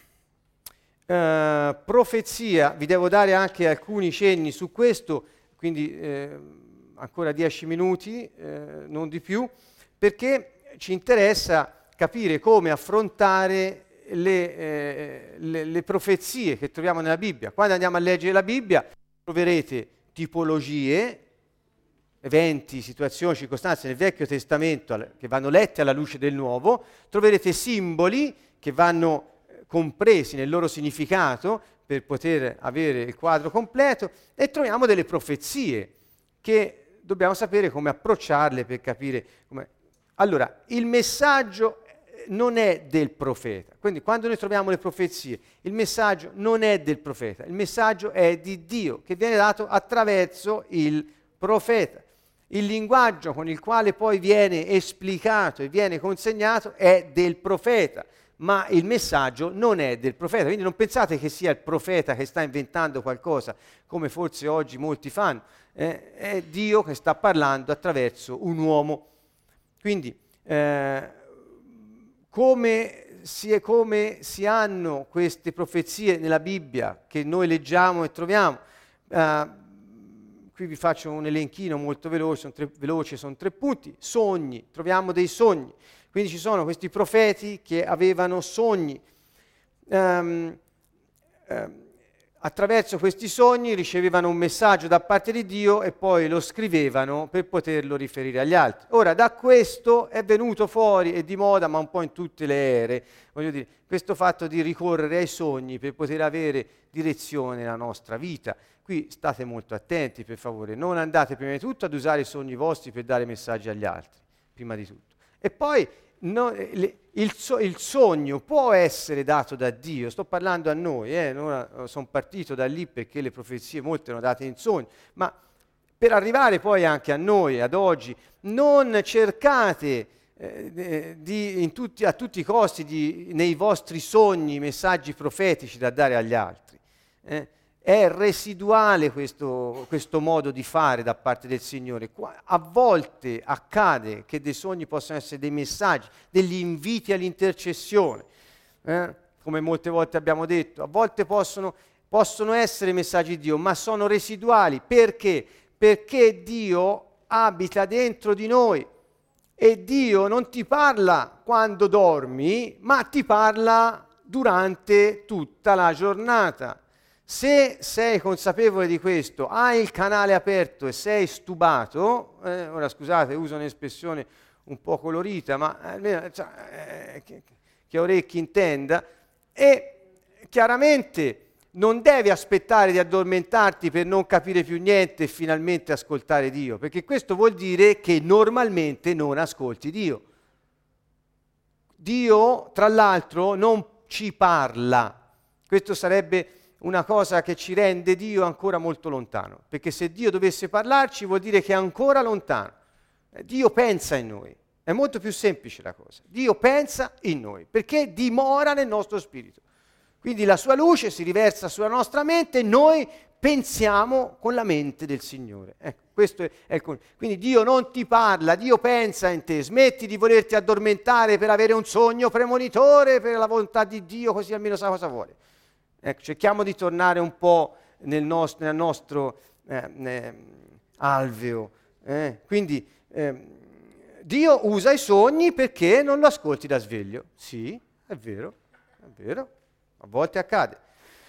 uh, profezia, vi devo dare anche alcuni cenni su questo, quindi eh, ancora dieci minuti, eh, non di più, perché ci interessa capire come affrontare le, eh, le, le profezie che troviamo nella Bibbia. Quando andiamo a leggere la Bibbia troverete tipologie, eventi, situazioni, circostanze nel Vecchio Testamento che vanno lette alla luce del Nuovo, troverete simboli che vanno compresi nel loro significato per poter avere il quadro completo e troviamo delle profezie che dobbiamo sapere come approcciarle per capire come. Allora, il messaggio non è del profeta, quindi quando noi troviamo le profezie, il messaggio non è del profeta, il messaggio è di Dio che viene dato attraverso il profeta. Il linguaggio con il quale poi viene esplicato e viene consegnato è del profeta, ma il messaggio non è del profeta, quindi non pensate che sia il profeta che sta inventando qualcosa, come forse oggi molti fanno, eh, è Dio che sta parlando attraverso un uomo. Quindi, eh, come si, è, come si hanno queste profezie nella Bibbia che noi leggiamo e troviamo? Eh, qui vi faccio un elenchino molto veloce, sono tre, veloce, sono tre punti. Sogni, troviamo dei sogni. Quindi ci sono questi profeti che avevano sogni. Um, um, attraverso questi sogni ricevevano un messaggio da parte di Dio e poi lo scrivevano per poterlo riferire agli altri. Ora, da questo è venuto fuori, e di moda, ma un po' in tutte le ere, voglio dire, questo fatto di ricorrere ai sogni per poter avere direzione nella nostra vita. Qui state molto attenti, per favore, non andate prima di tutto ad usare i sogni vostri per dare messaggi agli altri, prima di tutto. E poi no, le, il, so, il sogno può essere dato da Dio, sto parlando a noi, eh, sono partito da lì perché le profezie molte erano date in sogno, ma per arrivare poi anche a noi, ad oggi, non cercate eh, di, in tutti, a tutti i costi di, nei vostri sogni messaggi profetici da dare agli altri. Eh. È residuale questo, questo modo di fare da parte del Signore. A volte accade che dei sogni possano essere dei messaggi, degli inviti all'intercessione, eh? come molte volte abbiamo detto. A volte possono, possono essere messaggi di Dio, ma sono residuali. Perché? Perché Dio abita dentro di noi e Dio non ti parla quando dormi, ma ti parla durante tutta la giornata. Se sei consapevole di questo, hai il canale aperto e sei stubato, eh, ora scusate, uso un'espressione un po' colorita, ma eh, cioè, eh, che, che orecchi intenda, e chiaramente non devi aspettare di addormentarti per non capire più niente e finalmente ascoltare Dio, perché questo vuol dire che normalmente non ascolti Dio. Dio, tra l'altro, non ci parla. Questo sarebbe una cosa che ci rende Dio ancora molto lontano, perché se Dio dovesse parlarci vuol dire che è ancora lontano. Dio pensa in noi, è molto più semplice la cosa. Dio pensa in noi, perché dimora nel nostro spirito. Quindi la sua luce si riversa sulla nostra mente e noi pensiamo con la mente del Signore. Ecco, questo è, è il concetto. Quindi Dio non ti parla, Dio pensa in te. Smetti di volerti addormentare per avere un sogno premonitore per la volontà di Dio, così almeno sa cosa vuole. Ecco, cerchiamo di tornare un po' nel, nost- nel nostro eh, eh, alveo. Eh? Quindi eh, Dio usa i sogni perché non lo ascolti da sveglio. Sì, è vero, è vero, a volte accade.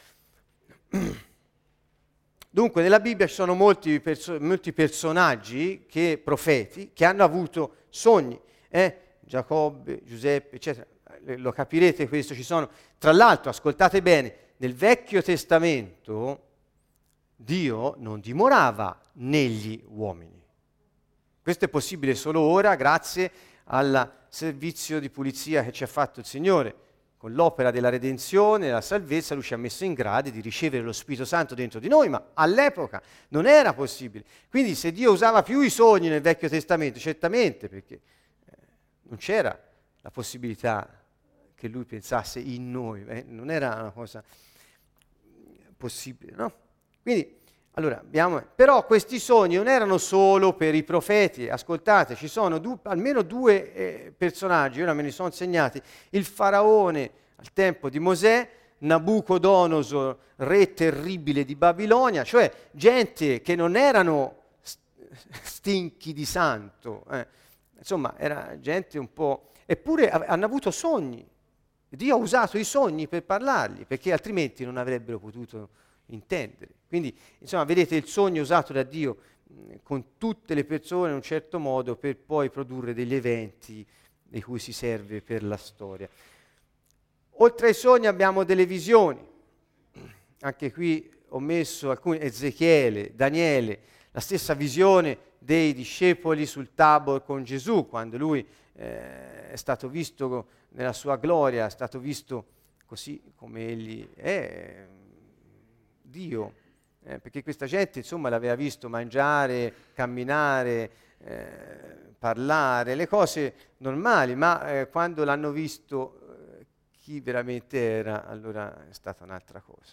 Dunque nella Bibbia ci sono molti, perso- molti personaggi, che, profeti, che hanno avuto sogni. Eh? Giacobbe, Giuseppe, eccetera. Lo capirete questo, ci sono. Tra l'altro, ascoltate bene, nel Vecchio Testamento Dio non dimorava negli uomini. Questo è possibile solo ora grazie al servizio di pulizia che ci ha fatto il Signore. Con l'opera della redenzione, della salvezza, Lui ci ha messo in grado di ricevere lo Spirito Santo dentro di noi, ma all'epoca non era possibile. Quindi se Dio usava più i sogni nel Vecchio Testamento, certamente, perché eh, non c'era la possibilità che lui pensasse in noi, eh, non era una cosa possibile, no? Quindi, allora, abbiamo, però questi sogni non erano solo per i profeti, ascoltate, ci sono du, almeno due eh, personaggi, ora me ne sono segnati, il faraone al tempo di Mosè, Nabucodonosor, re terribile di Babilonia, cioè gente che non erano stinchi di santo, eh. Insomma, era gente un po'... Eppure hanno avuto sogni. Dio ha usato i sogni per parlargli, perché altrimenti non avrebbero potuto intendere. Quindi, insomma, vedete il sogno usato da Dio mh, con tutte le persone in un certo modo per poi produrre degli eventi di cui si serve per la storia. Oltre ai sogni abbiamo delle visioni. Anche qui ho messo alcuni, Ezechiele, Daniele, la stessa visione dei discepoli sul Tabor con Gesù, quando lui eh, è stato visto nella sua gloria, è stato visto così come egli è, Dio, eh, perché questa gente insomma l'aveva visto mangiare, camminare, eh, parlare, le cose normali, ma eh, quando l'hanno visto eh, chi veramente era, allora è stata un'altra cosa.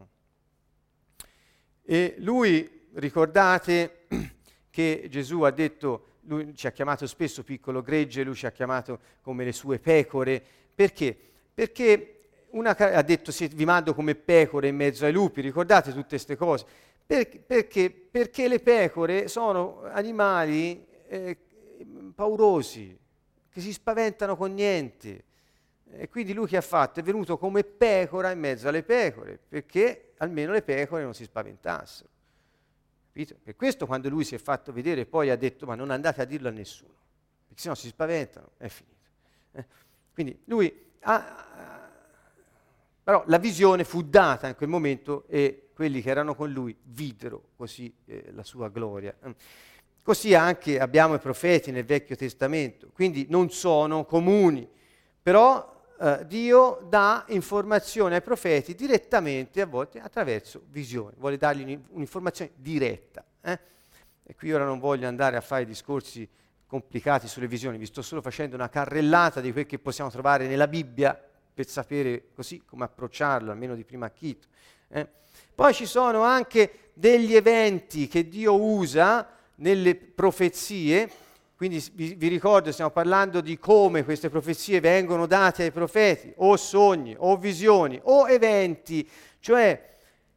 E lui, ricordate che Gesù ha detto, lui ci ha chiamato spesso piccolo gregge, lui ci ha chiamato come le sue pecore, perché? Perché una, ha detto sì, vi mando come pecore in mezzo ai lupi, ricordate tutte queste cose? Per, perché? Perché le pecore sono animali eh, paurosi, che si spaventano con niente. E quindi lui che ha fatto? È venuto come pecora in mezzo alle pecore, perché almeno le pecore non si spaventassero. Capito? Per questo quando lui si è fatto vedere poi ha detto ma non andate a dirlo a nessuno, perché sennò si spaventano, è finito. Eh? Quindi lui ha... Però la visione fu data in quel momento e quelli che erano con lui videro così eh, la sua gloria. Così anche abbiamo i profeti nel Vecchio Testamento, quindi non sono comuni, però Uh, Dio dà informazioni ai profeti direttamente, a volte attraverso visioni, vuole dargli un, un'informazione diretta. Eh? E qui ora non voglio andare a fare discorsi complicati sulle visioni, vi sto solo facendo una carrellata di quel che possiamo trovare nella Bibbia per sapere così come approcciarlo, almeno di primo acchito. Eh? Poi ci sono anche degli eventi che Dio usa nelle profezie. Quindi vi, vi ricordo, stiamo parlando di come queste profezie vengono date ai profeti, o sogni, o visioni, o eventi, cioè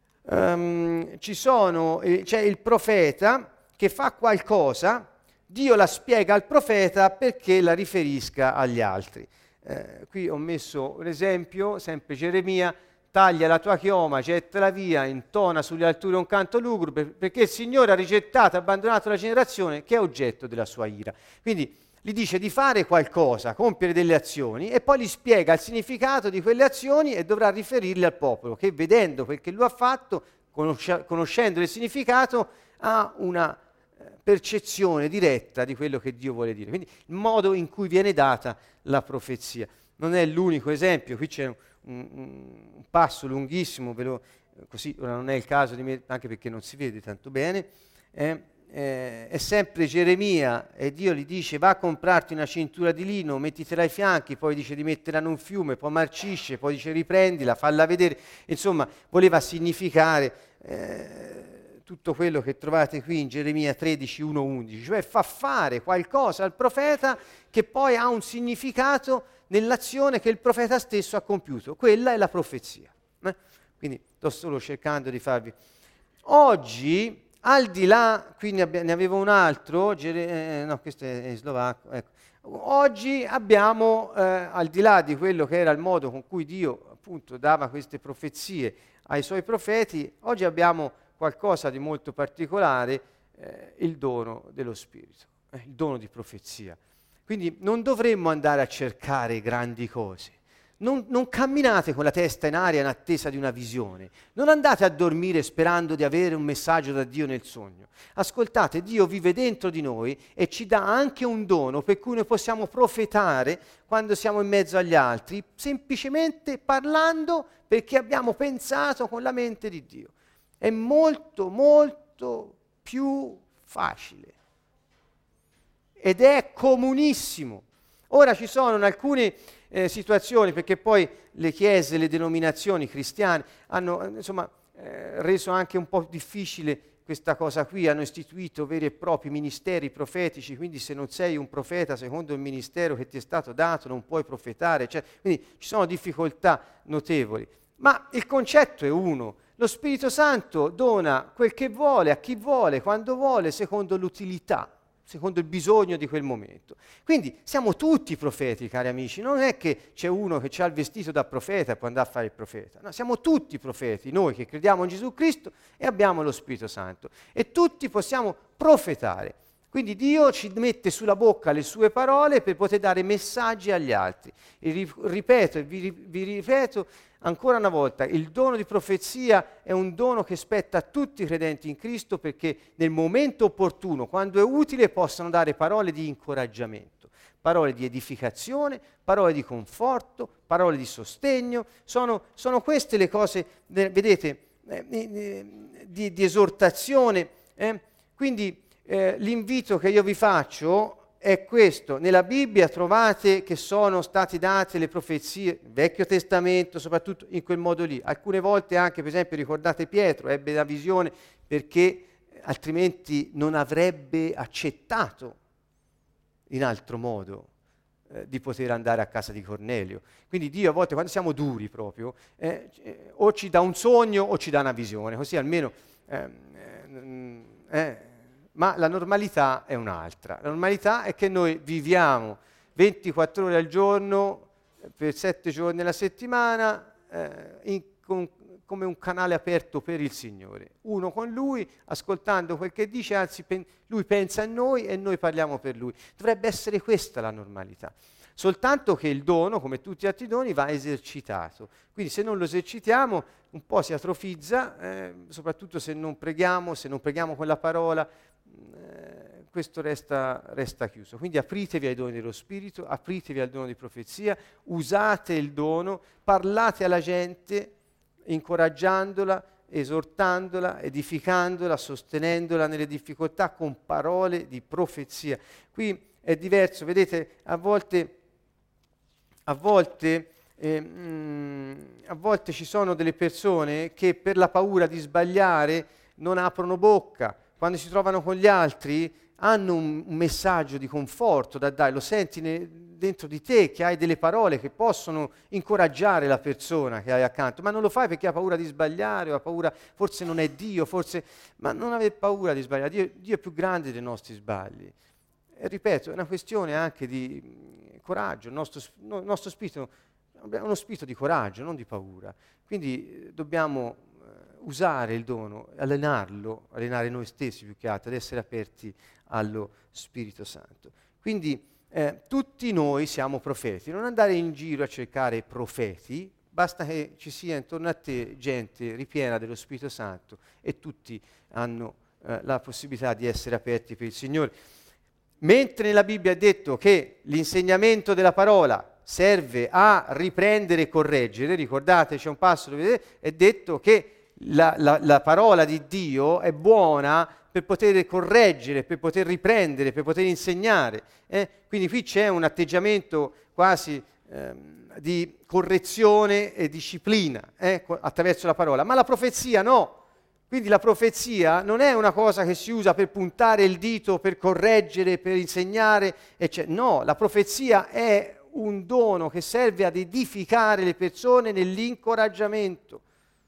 um, ci sono, eh, c'è il profeta che fa qualcosa, Dio la spiega al profeta perché la riferisca agli altri. Eh, qui ho messo un esempio, sempre Geremia, taglia la tua chioma, gettala via, intona sulle alture un canto lugubre, perché il Signore ha rigettato, abbandonato la generazione che è oggetto della sua ira. Quindi gli dice di fare qualcosa, compiere delle azioni e poi gli spiega il significato di quelle azioni e dovrà riferirle al popolo, che vedendo quel che lui ha fatto, conosce- conoscendo il significato, ha una percezione diretta di quello che Dio vuole dire. Quindi il modo in cui viene data la profezia. Non è l'unico esempio, qui c'è un Un, un passo lunghissimo, ve lo, così ora non è il caso di me, anche perché non si vede tanto bene, eh, eh, è sempre Geremia e Dio gli dice va a comprarti una cintura di lino, mettitela ai fianchi, poi dice di metterla in un fiume, poi marcisce, poi dice riprendila, falla vedere, insomma voleva significare eh, tutto quello che trovate qui in Geremia tredici, uno, undici, cioè fa fare qualcosa al profeta che poi ha un significato nell'azione che il profeta stesso ha compiuto. Quella è la profezia. Eh? Quindi sto solo cercando di farvi. Oggi, al di là, qui ne, abbi- ne avevo un altro, Gere- eh, no, questo è in slovacco, ecco. Oggi abbiamo, eh, al di là di quello che era il modo con cui Dio appunto dava queste profezie ai suoi profeti, oggi abbiamo qualcosa di molto particolare, eh, il dono dello Spirito, eh, il dono di profezia. Quindi non dovremmo andare a cercare grandi cose. Non, non camminate con la testa in aria in attesa di una visione. Non andate a dormire sperando di avere un messaggio da Dio nel sogno. Ascoltate, Dio vive dentro di noi e ci dà anche un dono per cui noi possiamo profetare quando siamo in mezzo agli altri, semplicemente parlando perché abbiamo pensato con la mente di Dio. È molto, molto più facile. Ed è comunissimo. Ora ci sono alcuni eh, situazioni, perché poi le chiese, le denominazioni cristiane hanno insomma eh, reso anche un po' difficile questa cosa qui, hanno istituito veri e propri ministeri profetici, quindi se non sei un profeta secondo il ministero che ti è stato dato non puoi profetare, cioè, quindi ci sono difficoltà notevoli. Ma il concetto è uno: lo Spirito Santo dona quel che vuole a chi vuole, quando vuole, secondo l'utilità, secondo il bisogno di quel momento. Quindi siamo tutti profeti, cari amici, non è che c'è uno che ha il vestito da profeta e può andare a fare il profeta, no, siamo tutti profeti, noi che crediamo in Gesù Cristo e abbiamo lo Spirito Santo e tutti possiamo profetare. Quindi Dio ci mette sulla bocca le sue parole per poter dare messaggi agli altri. E ri- ripeto e vi, vi ripeto ancora una volta, il dono di profezia è un dono che spetta a tutti i credenti in Cristo, perché nel momento opportuno, quando è utile, possano dare parole di incoraggiamento, parole di edificazione, parole di conforto, parole di sostegno. Sono, sono queste le cose, eh, vedete, eh, eh, di, di esortazione. Eh? Quindi eh, l'invito che io vi faccio è questo: nella Bibbia trovate che sono state date le profezie, Vecchio Testamento, soprattutto in quel modo lì. Alcune volte anche, per esempio, ricordate Pietro, ebbe la visione perché altrimenti non avrebbe accettato in altro modo eh, di poter andare a casa di Cornelio. Quindi Dio a volte, quando siamo duri proprio, eh, eh, o ci dà un sogno o ci dà una visione, così almeno... Eh, eh, ma la normalità è un'altra. La normalità è che noi viviamo ventiquattro ore al giorno, per sette giorni alla settimana, eh, in, con, come un canale aperto per il Signore. Uno con Lui, ascoltando quel che dice, anzi pen- Lui pensa a noi e noi parliamo per Lui. Dovrebbe essere questa la normalità. Soltanto che il dono, come tutti gli altri doni, va esercitato. Quindi se non lo esercitiamo, un po' si atrofizza, eh, soprattutto se non preghiamo, se non preghiamo con la parola, eh, questo resta, resta chiuso. Quindi apritevi ai doni dello Spirito, apritevi al dono di profezia, usate il dono, parlate alla gente, incoraggiandola, esortandola, edificandola, sostenendola nelle difficoltà con parole di profezia. Qui è diverso, vedete, a volte... A volte, eh, mh, a volte ci sono delle persone che per la paura di sbagliare non aprono bocca. Quando si trovano con gli altri hanno un, un messaggio di conforto da dare, lo senti ne, dentro di te, che hai delle parole che possono incoraggiare la persona che hai accanto, ma non lo fai perché hai paura di sbagliare o hai paura, forse non è Dio, forse... Ma non avere paura di sbagliare, Dio, Dio è più grande dei nostri sbagli. E ripeto, è una questione anche di coraggio. Il nostro, il nostro spirito è uno spirito di coraggio, non di paura. Quindi eh, dobbiamo eh, usare il dono, allenarlo, allenare noi stessi più che altro, ad essere aperti allo Spirito Santo. Quindi eh, tutti noi siamo profeti. Non andare in giro a cercare profeti, basta che ci sia intorno a te gente ripiena dello Spirito Santo e tutti hanno eh, la possibilità di essere aperti per il Signore. Mentre nella Bibbia è detto che l'insegnamento della parola serve a riprendere e correggere, ricordate, c'è un passo dove è detto che la, la, la parola di Dio è buona per poter correggere, per poter riprendere, per poter insegnare. Eh? Quindi qui c'è un atteggiamento quasi ehm, di correzione e disciplina eh, attraverso la parola, ma la profezia no. Quindi la profezia non è una cosa che si usa per puntare il dito, per correggere, per insegnare, eccetera. No, la profezia è un dono che serve ad edificare le persone nell'incoraggiamento.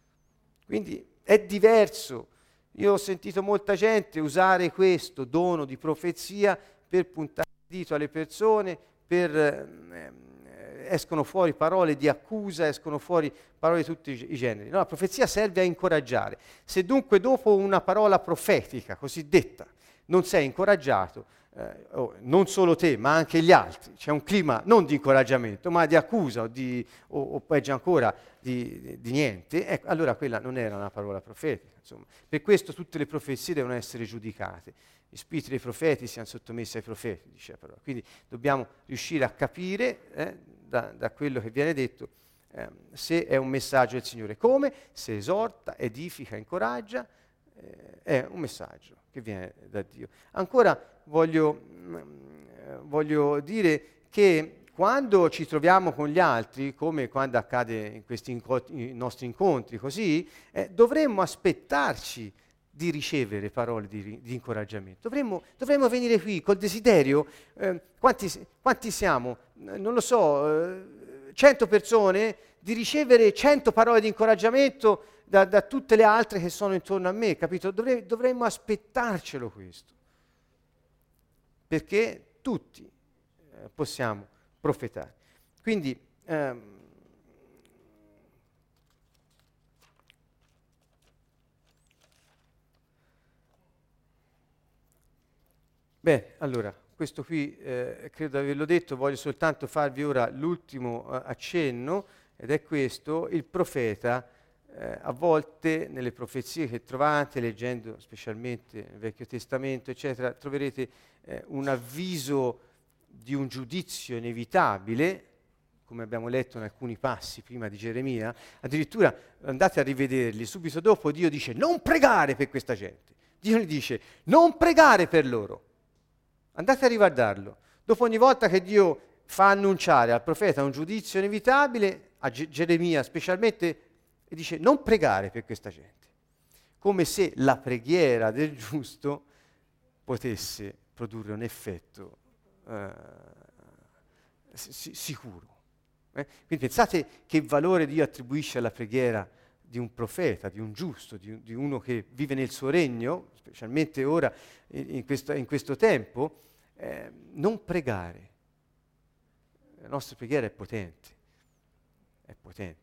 Quindi è diverso. Io ho sentito molta gente usare questo dono di profezia per puntare il dito alle persone, per... Eh, escono fuori parole di accusa, escono fuori parole di tutti i generi. No, la profezia serve a incoraggiare. Se dunque dopo una parola profetica cosiddetta non sei incoraggiato, eh, oh, non solo te ma anche gli altri, c'è un clima non di incoraggiamento ma di accusa o, di, o, o peggio ancora di, di, di niente, ecco, allora quella non era una parola profetica. Insomma. Per questo tutte le profezie devono essere giudicate. Gli spiriti dei profeti siano sottomessi ai profeti, dice la parola. Quindi dobbiamo riuscire a capire eh, da, da quello che viene detto eh, se è un messaggio del Signore. Come? Se esorta, edifica, incoraggia, eh, è un messaggio che viene da Dio. Ancora voglio, mh, voglio dire che quando ci troviamo con gli altri, come quando accade in questi inco- i nostri incontri, così, eh, dovremmo aspettarci di ricevere parole di, di incoraggiamento. Dovremmo, dovremmo venire qui col desiderio, eh, quanti, quanti siamo? Non lo so, eh, cento persone, di ricevere cento parole di incoraggiamento da, da tutte le altre che sono intorno a me, capito? Dovre, dovremmo aspettarcelo questo, perché tutti eh, possiamo profetare. Quindi ehm, bene, allora, questo qui eh, credo di averlo detto, voglio soltanto farvi ora l'ultimo eh, accenno, ed è questo: il profeta eh, a volte nelle profezie che trovate, leggendo specialmente il Vecchio Testamento, eccetera, troverete eh, un avviso di un giudizio inevitabile, come abbiamo letto in alcuni passi prima di Geremia. Addirittura andate a rivederli, subito dopo Dio dice non pregare per questa gente, Dio gli dice non pregare per loro. Andate a riguardarlo. Dopo ogni volta che Dio fa annunciare al profeta un giudizio inevitabile, a Ge- Geremia specialmente, e dice non pregare per questa gente, come se la preghiera del giusto potesse produrre un effetto eh, si- sicuro. Eh? Quindi pensate che valore Dio attribuisce alla preghiera di un profeta, di un giusto, di, un, di uno che vive nel suo regno, specialmente ora in, in, questo, in questo tempo. Eh, non pregare. La nostra preghiera è potente, è potente.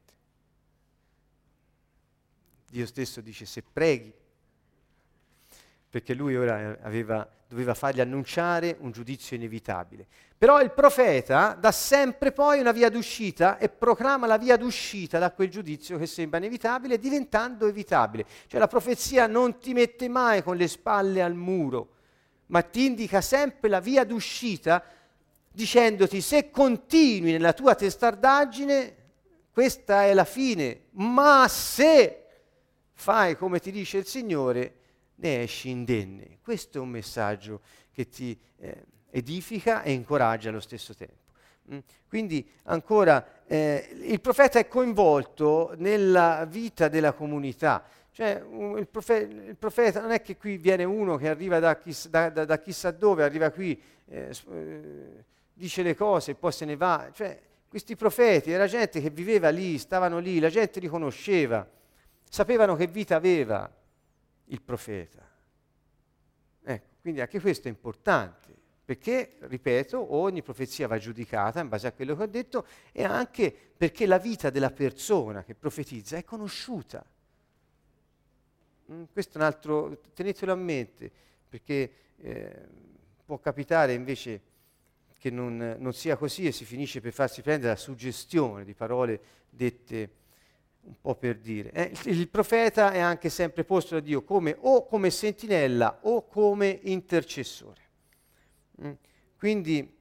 Dio stesso dice se preghi, perché lui ora aveva, doveva fargli annunciare un giudizio inevitabile. Però il profeta dà sempre poi una via d'uscita e proclama la via d'uscita da quel giudizio che sembra inevitabile, diventando evitabile. Cioè la profezia non ti mette mai con le spalle al muro, ma ti indica sempre la via d'uscita, dicendoti se continui nella tua testardaggine, questa è la fine, ma se fai come ti dice il Signore, ne esci indenne. Questo è un messaggio che ti eh, edifica e incoraggia allo stesso tempo. Mm? Quindi ancora eh, il profeta è coinvolto nella vita della comunità. Cioè un, il, profeta, il profeta non è che qui viene uno che arriva da, chiss, da, da, da chissà dove, arriva qui, eh, eh, dice le cose e poi se ne va. Cioè questi profeti era gente che viveva lì, stavano lì, la gente li conosceva, sapevano che vita aveva il profeta. Ecco, quindi anche questo è importante, perché, ripeto, ogni profezia va giudicata in base a quello che ho detto, e anche perché la vita della persona che profetizza è conosciuta. Mm, questo è un altro, tenetelo a mente, perché eh, può capitare invece che non, non sia così e si finisce per farsi prendere la suggestione di parole dette un po' per dire. Eh, il, il profeta è anche sempre posto da Dio come o come sentinella o come intercessore. Mm. Quindi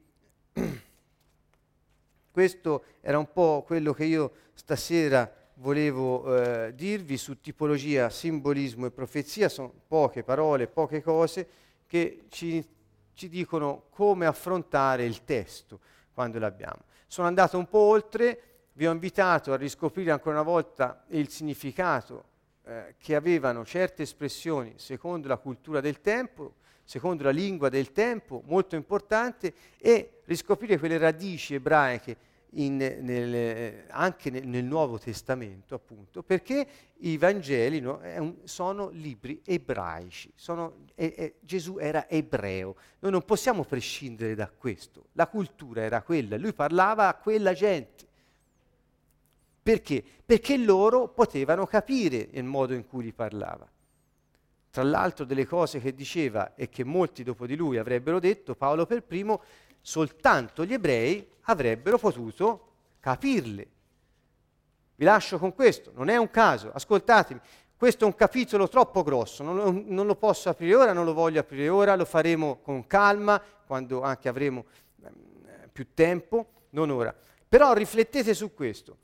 questo era un po' quello che io stasera volevo eh, dirvi su tipologia, simbolismo e profezia. Sono poche parole, poche cose che ci, ci dicono come affrontare il testo quando l'abbiamo. Sono andato un po' oltre. Vi ho invitato a riscoprire ancora una volta il significato eh, che avevano certe espressioni secondo la cultura del tempo, secondo la lingua del tempo, molto importante, e riscoprire quelle radici ebraiche in, nel, anche nel, nel Nuovo Testamento, appunto, perché i Vangeli no, è un, sono libri ebraici, sono, è, è, Gesù era ebreo, noi non possiamo prescindere da questo, la cultura era quella, lui parlava a quella gente. Perché? Perché loro potevano capire il modo in cui gli parlava. Tra l'altro delle cose che diceva e che molti dopo di lui avrebbero detto, Paolo per primo, soltanto gli ebrei avrebbero potuto capirle. Vi lascio con questo, non è un caso, ascoltatemi, questo è un capitolo troppo grosso, non lo, non lo posso aprire ora, non lo voglio aprire ora, lo faremo con calma, quando anche avremo eh, più tempo, non ora. Però riflettete su questo.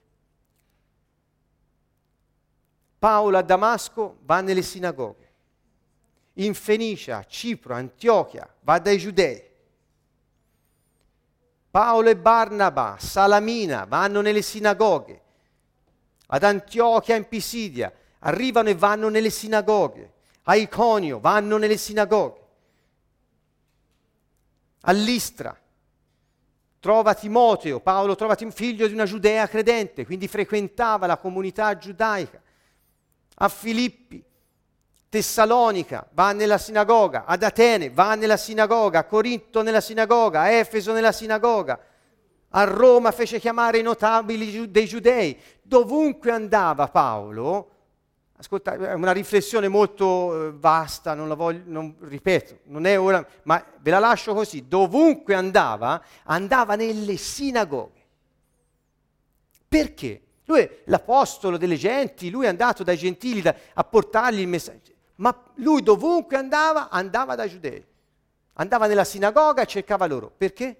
Paolo a Damasco va nelle sinagoghe, in Fenicia, Cipro, Antiochia, va dai giudei. Paolo e Barnaba, a Salamina, vanno nelle sinagoghe, ad Antiochia in Pisidia, arrivano e vanno nelle sinagoghe, a Iconio vanno nelle sinagoghe, a Listra trova Timoteo, Paolo trova Tim- figlio di una giudea credente, quindi frequentava la comunità giudaica, a Filippi, Tessalonica va nella sinagoga, ad Atene va nella sinagoga, a Corinto nella sinagoga, a Efeso nella sinagoga, a Roma fece chiamare i notabili giu- dei giudei. Dovunque andava Paolo, ascolta, è una riflessione molto eh, vasta, non la voglio, non, ripeto, non è ora, ma ve la lascio così. Dovunque andava, andava nelle sinagoghe. Perché? Lui è l'apostolo delle genti, lui è andato dai gentili da, a portargli il messaggio, ma lui dovunque andava, andava dai giudei. Andava nella sinagoga e cercava loro. Perché?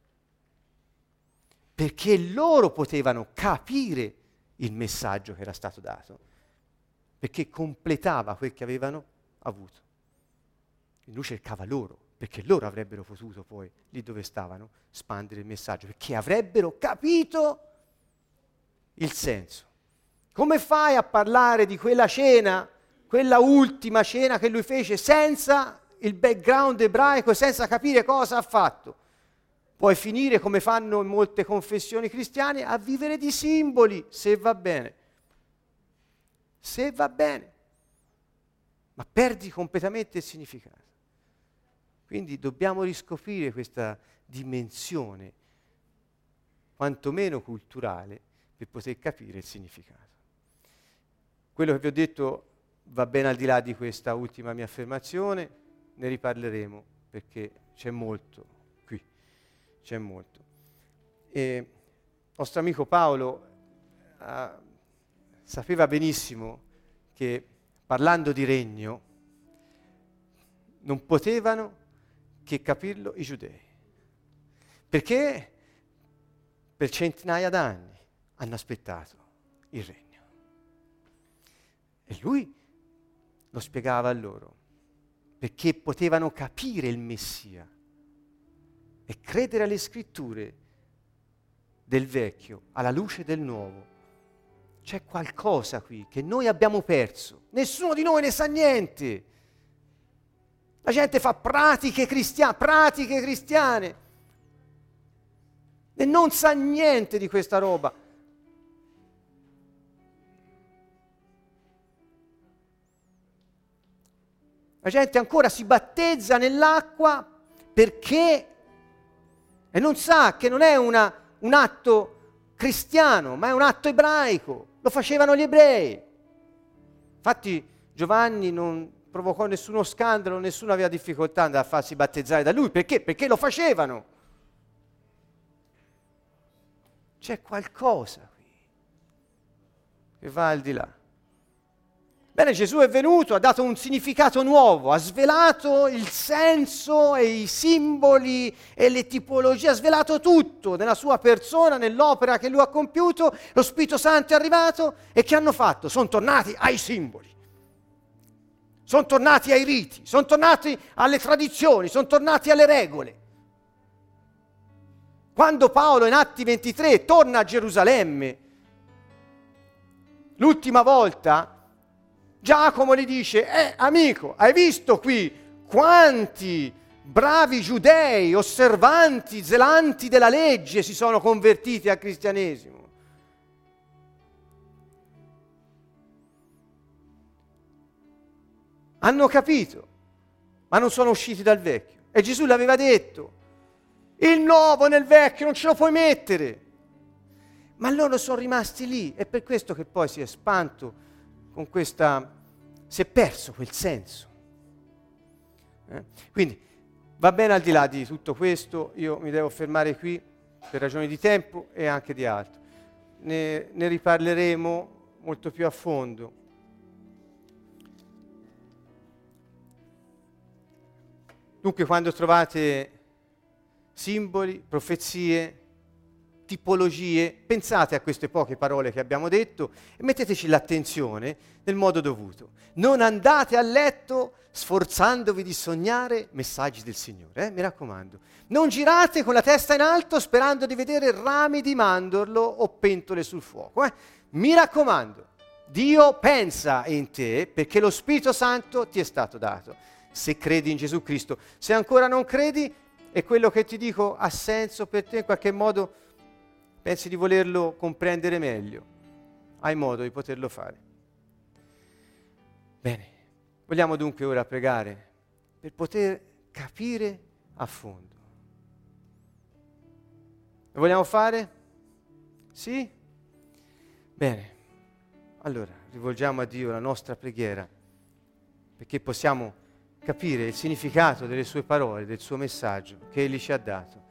Perché loro potevano capire il messaggio che era stato dato, perché completava quel che avevano avuto. E lui cercava loro, perché loro avrebbero potuto poi, lì dove stavano, spandere il messaggio, perché avrebbero capito il senso. Come fai a parlare di quella cena, quella ultima cena che lui fece, senza il background ebraico e senza capire cosa ha fatto? Puoi finire, come fanno in molte confessioni cristiane, a vivere di simboli, se va bene. Se va bene. Ma perdi completamente il significato. Quindi dobbiamo riscoprire questa dimensione, quantomeno culturale, per poter capire il significato. Quello che vi ho detto va ben al di là di questa ultima mia affermazione, ne riparleremo perché c'è molto qui, c'è molto. E il nostro amico Paolo eh, sapeva benissimo che parlando di regno non potevano che capirlo i giudei, perché per centinaia d'anni hanno aspettato il regno. E lui lo spiegava a loro, perché potevano capire il Messia e credere alle scritture del vecchio alla luce del nuovo. C'è qualcosa qui che noi abbiamo perso. Nessuno di noi ne sa niente. La gente fa pratiche cristiane, pratiche cristiane e non sa niente di questa roba. La gente ancora si battezza nell'acqua perché e non sa che non è una, un atto cristiano, ma è un atto ebraico. Lo facevano gli ebrei. Infatti Giovanni non provocò nessuno scandalo, nessuno aveva difficoltà a farsi battezzare da lui. Perché? Perché lo facevano. C'è qualcosa qui che va al di là. Bene, Gesù è venuto, ha dato un significato nuovo, ha svelato il senso e i simboli e le tipologie, ha svelato tutto nella sua persona, nell'opera che lui ha compiuto. Lo Spirito Santo è arrivato e che hanno fatto? Sono tornati ai simboli, sono tornati ai riti, sono tornati alle tradizioni, sono tornati alle regole. Quando Paolo in Atti ventitré torna a Gerusalemme, l'ultima volta, Giacomo gli dice, eh amico, hai visto qui quanti bravi giudei, osservanti, zelanti della legge si sono convertiti al cristianesimo? Hanno capito, ma non sono usciti dal vecchio. E Gesù l'aveva detto, il nuovo nel vecchio non ce lo puoi mettere. Ma loro sono rimasti lì, è per questo che poi si è spanto con questa, si è perso quel senso. Eh? Quindi va bene al di là di tutto questo, io mi devo fermare qui per ragioni di tempo e anche di altro. Ne, ne riparleremo molto più a fondo. Dunque quando trovate simboli, profezie, tipologie, pensate a queste poche parole che abbiamo detto e metteteci l'attenzione nel modo dovuto. Non andate a letto sforzandovi di sognare messaggi del Signore, eh? mi raccomando. Non girate con la testa in alto sperando di vedere rami di mandorlo o pentole sul fuoco. Eh? Mi raccomando, Dio pensa in te perché lo Spirito Santo ti è stato dato. Se credi in Gesù Cristo, se ancora non credi e quello che ti dico ha senso per te, in qualche modo pensi di volerlo comprendere meglio, hai modo di poterlo fare. Bene, vogliamo dunque ora pregare per poter capire a fondo. Lo vogliamo fare? Sì? Bene, allora rivolgiamo a Dio la nostra preghiera perché possiamo capire il significato delle sue parole, del suo messaggio che Egli ci ha dato.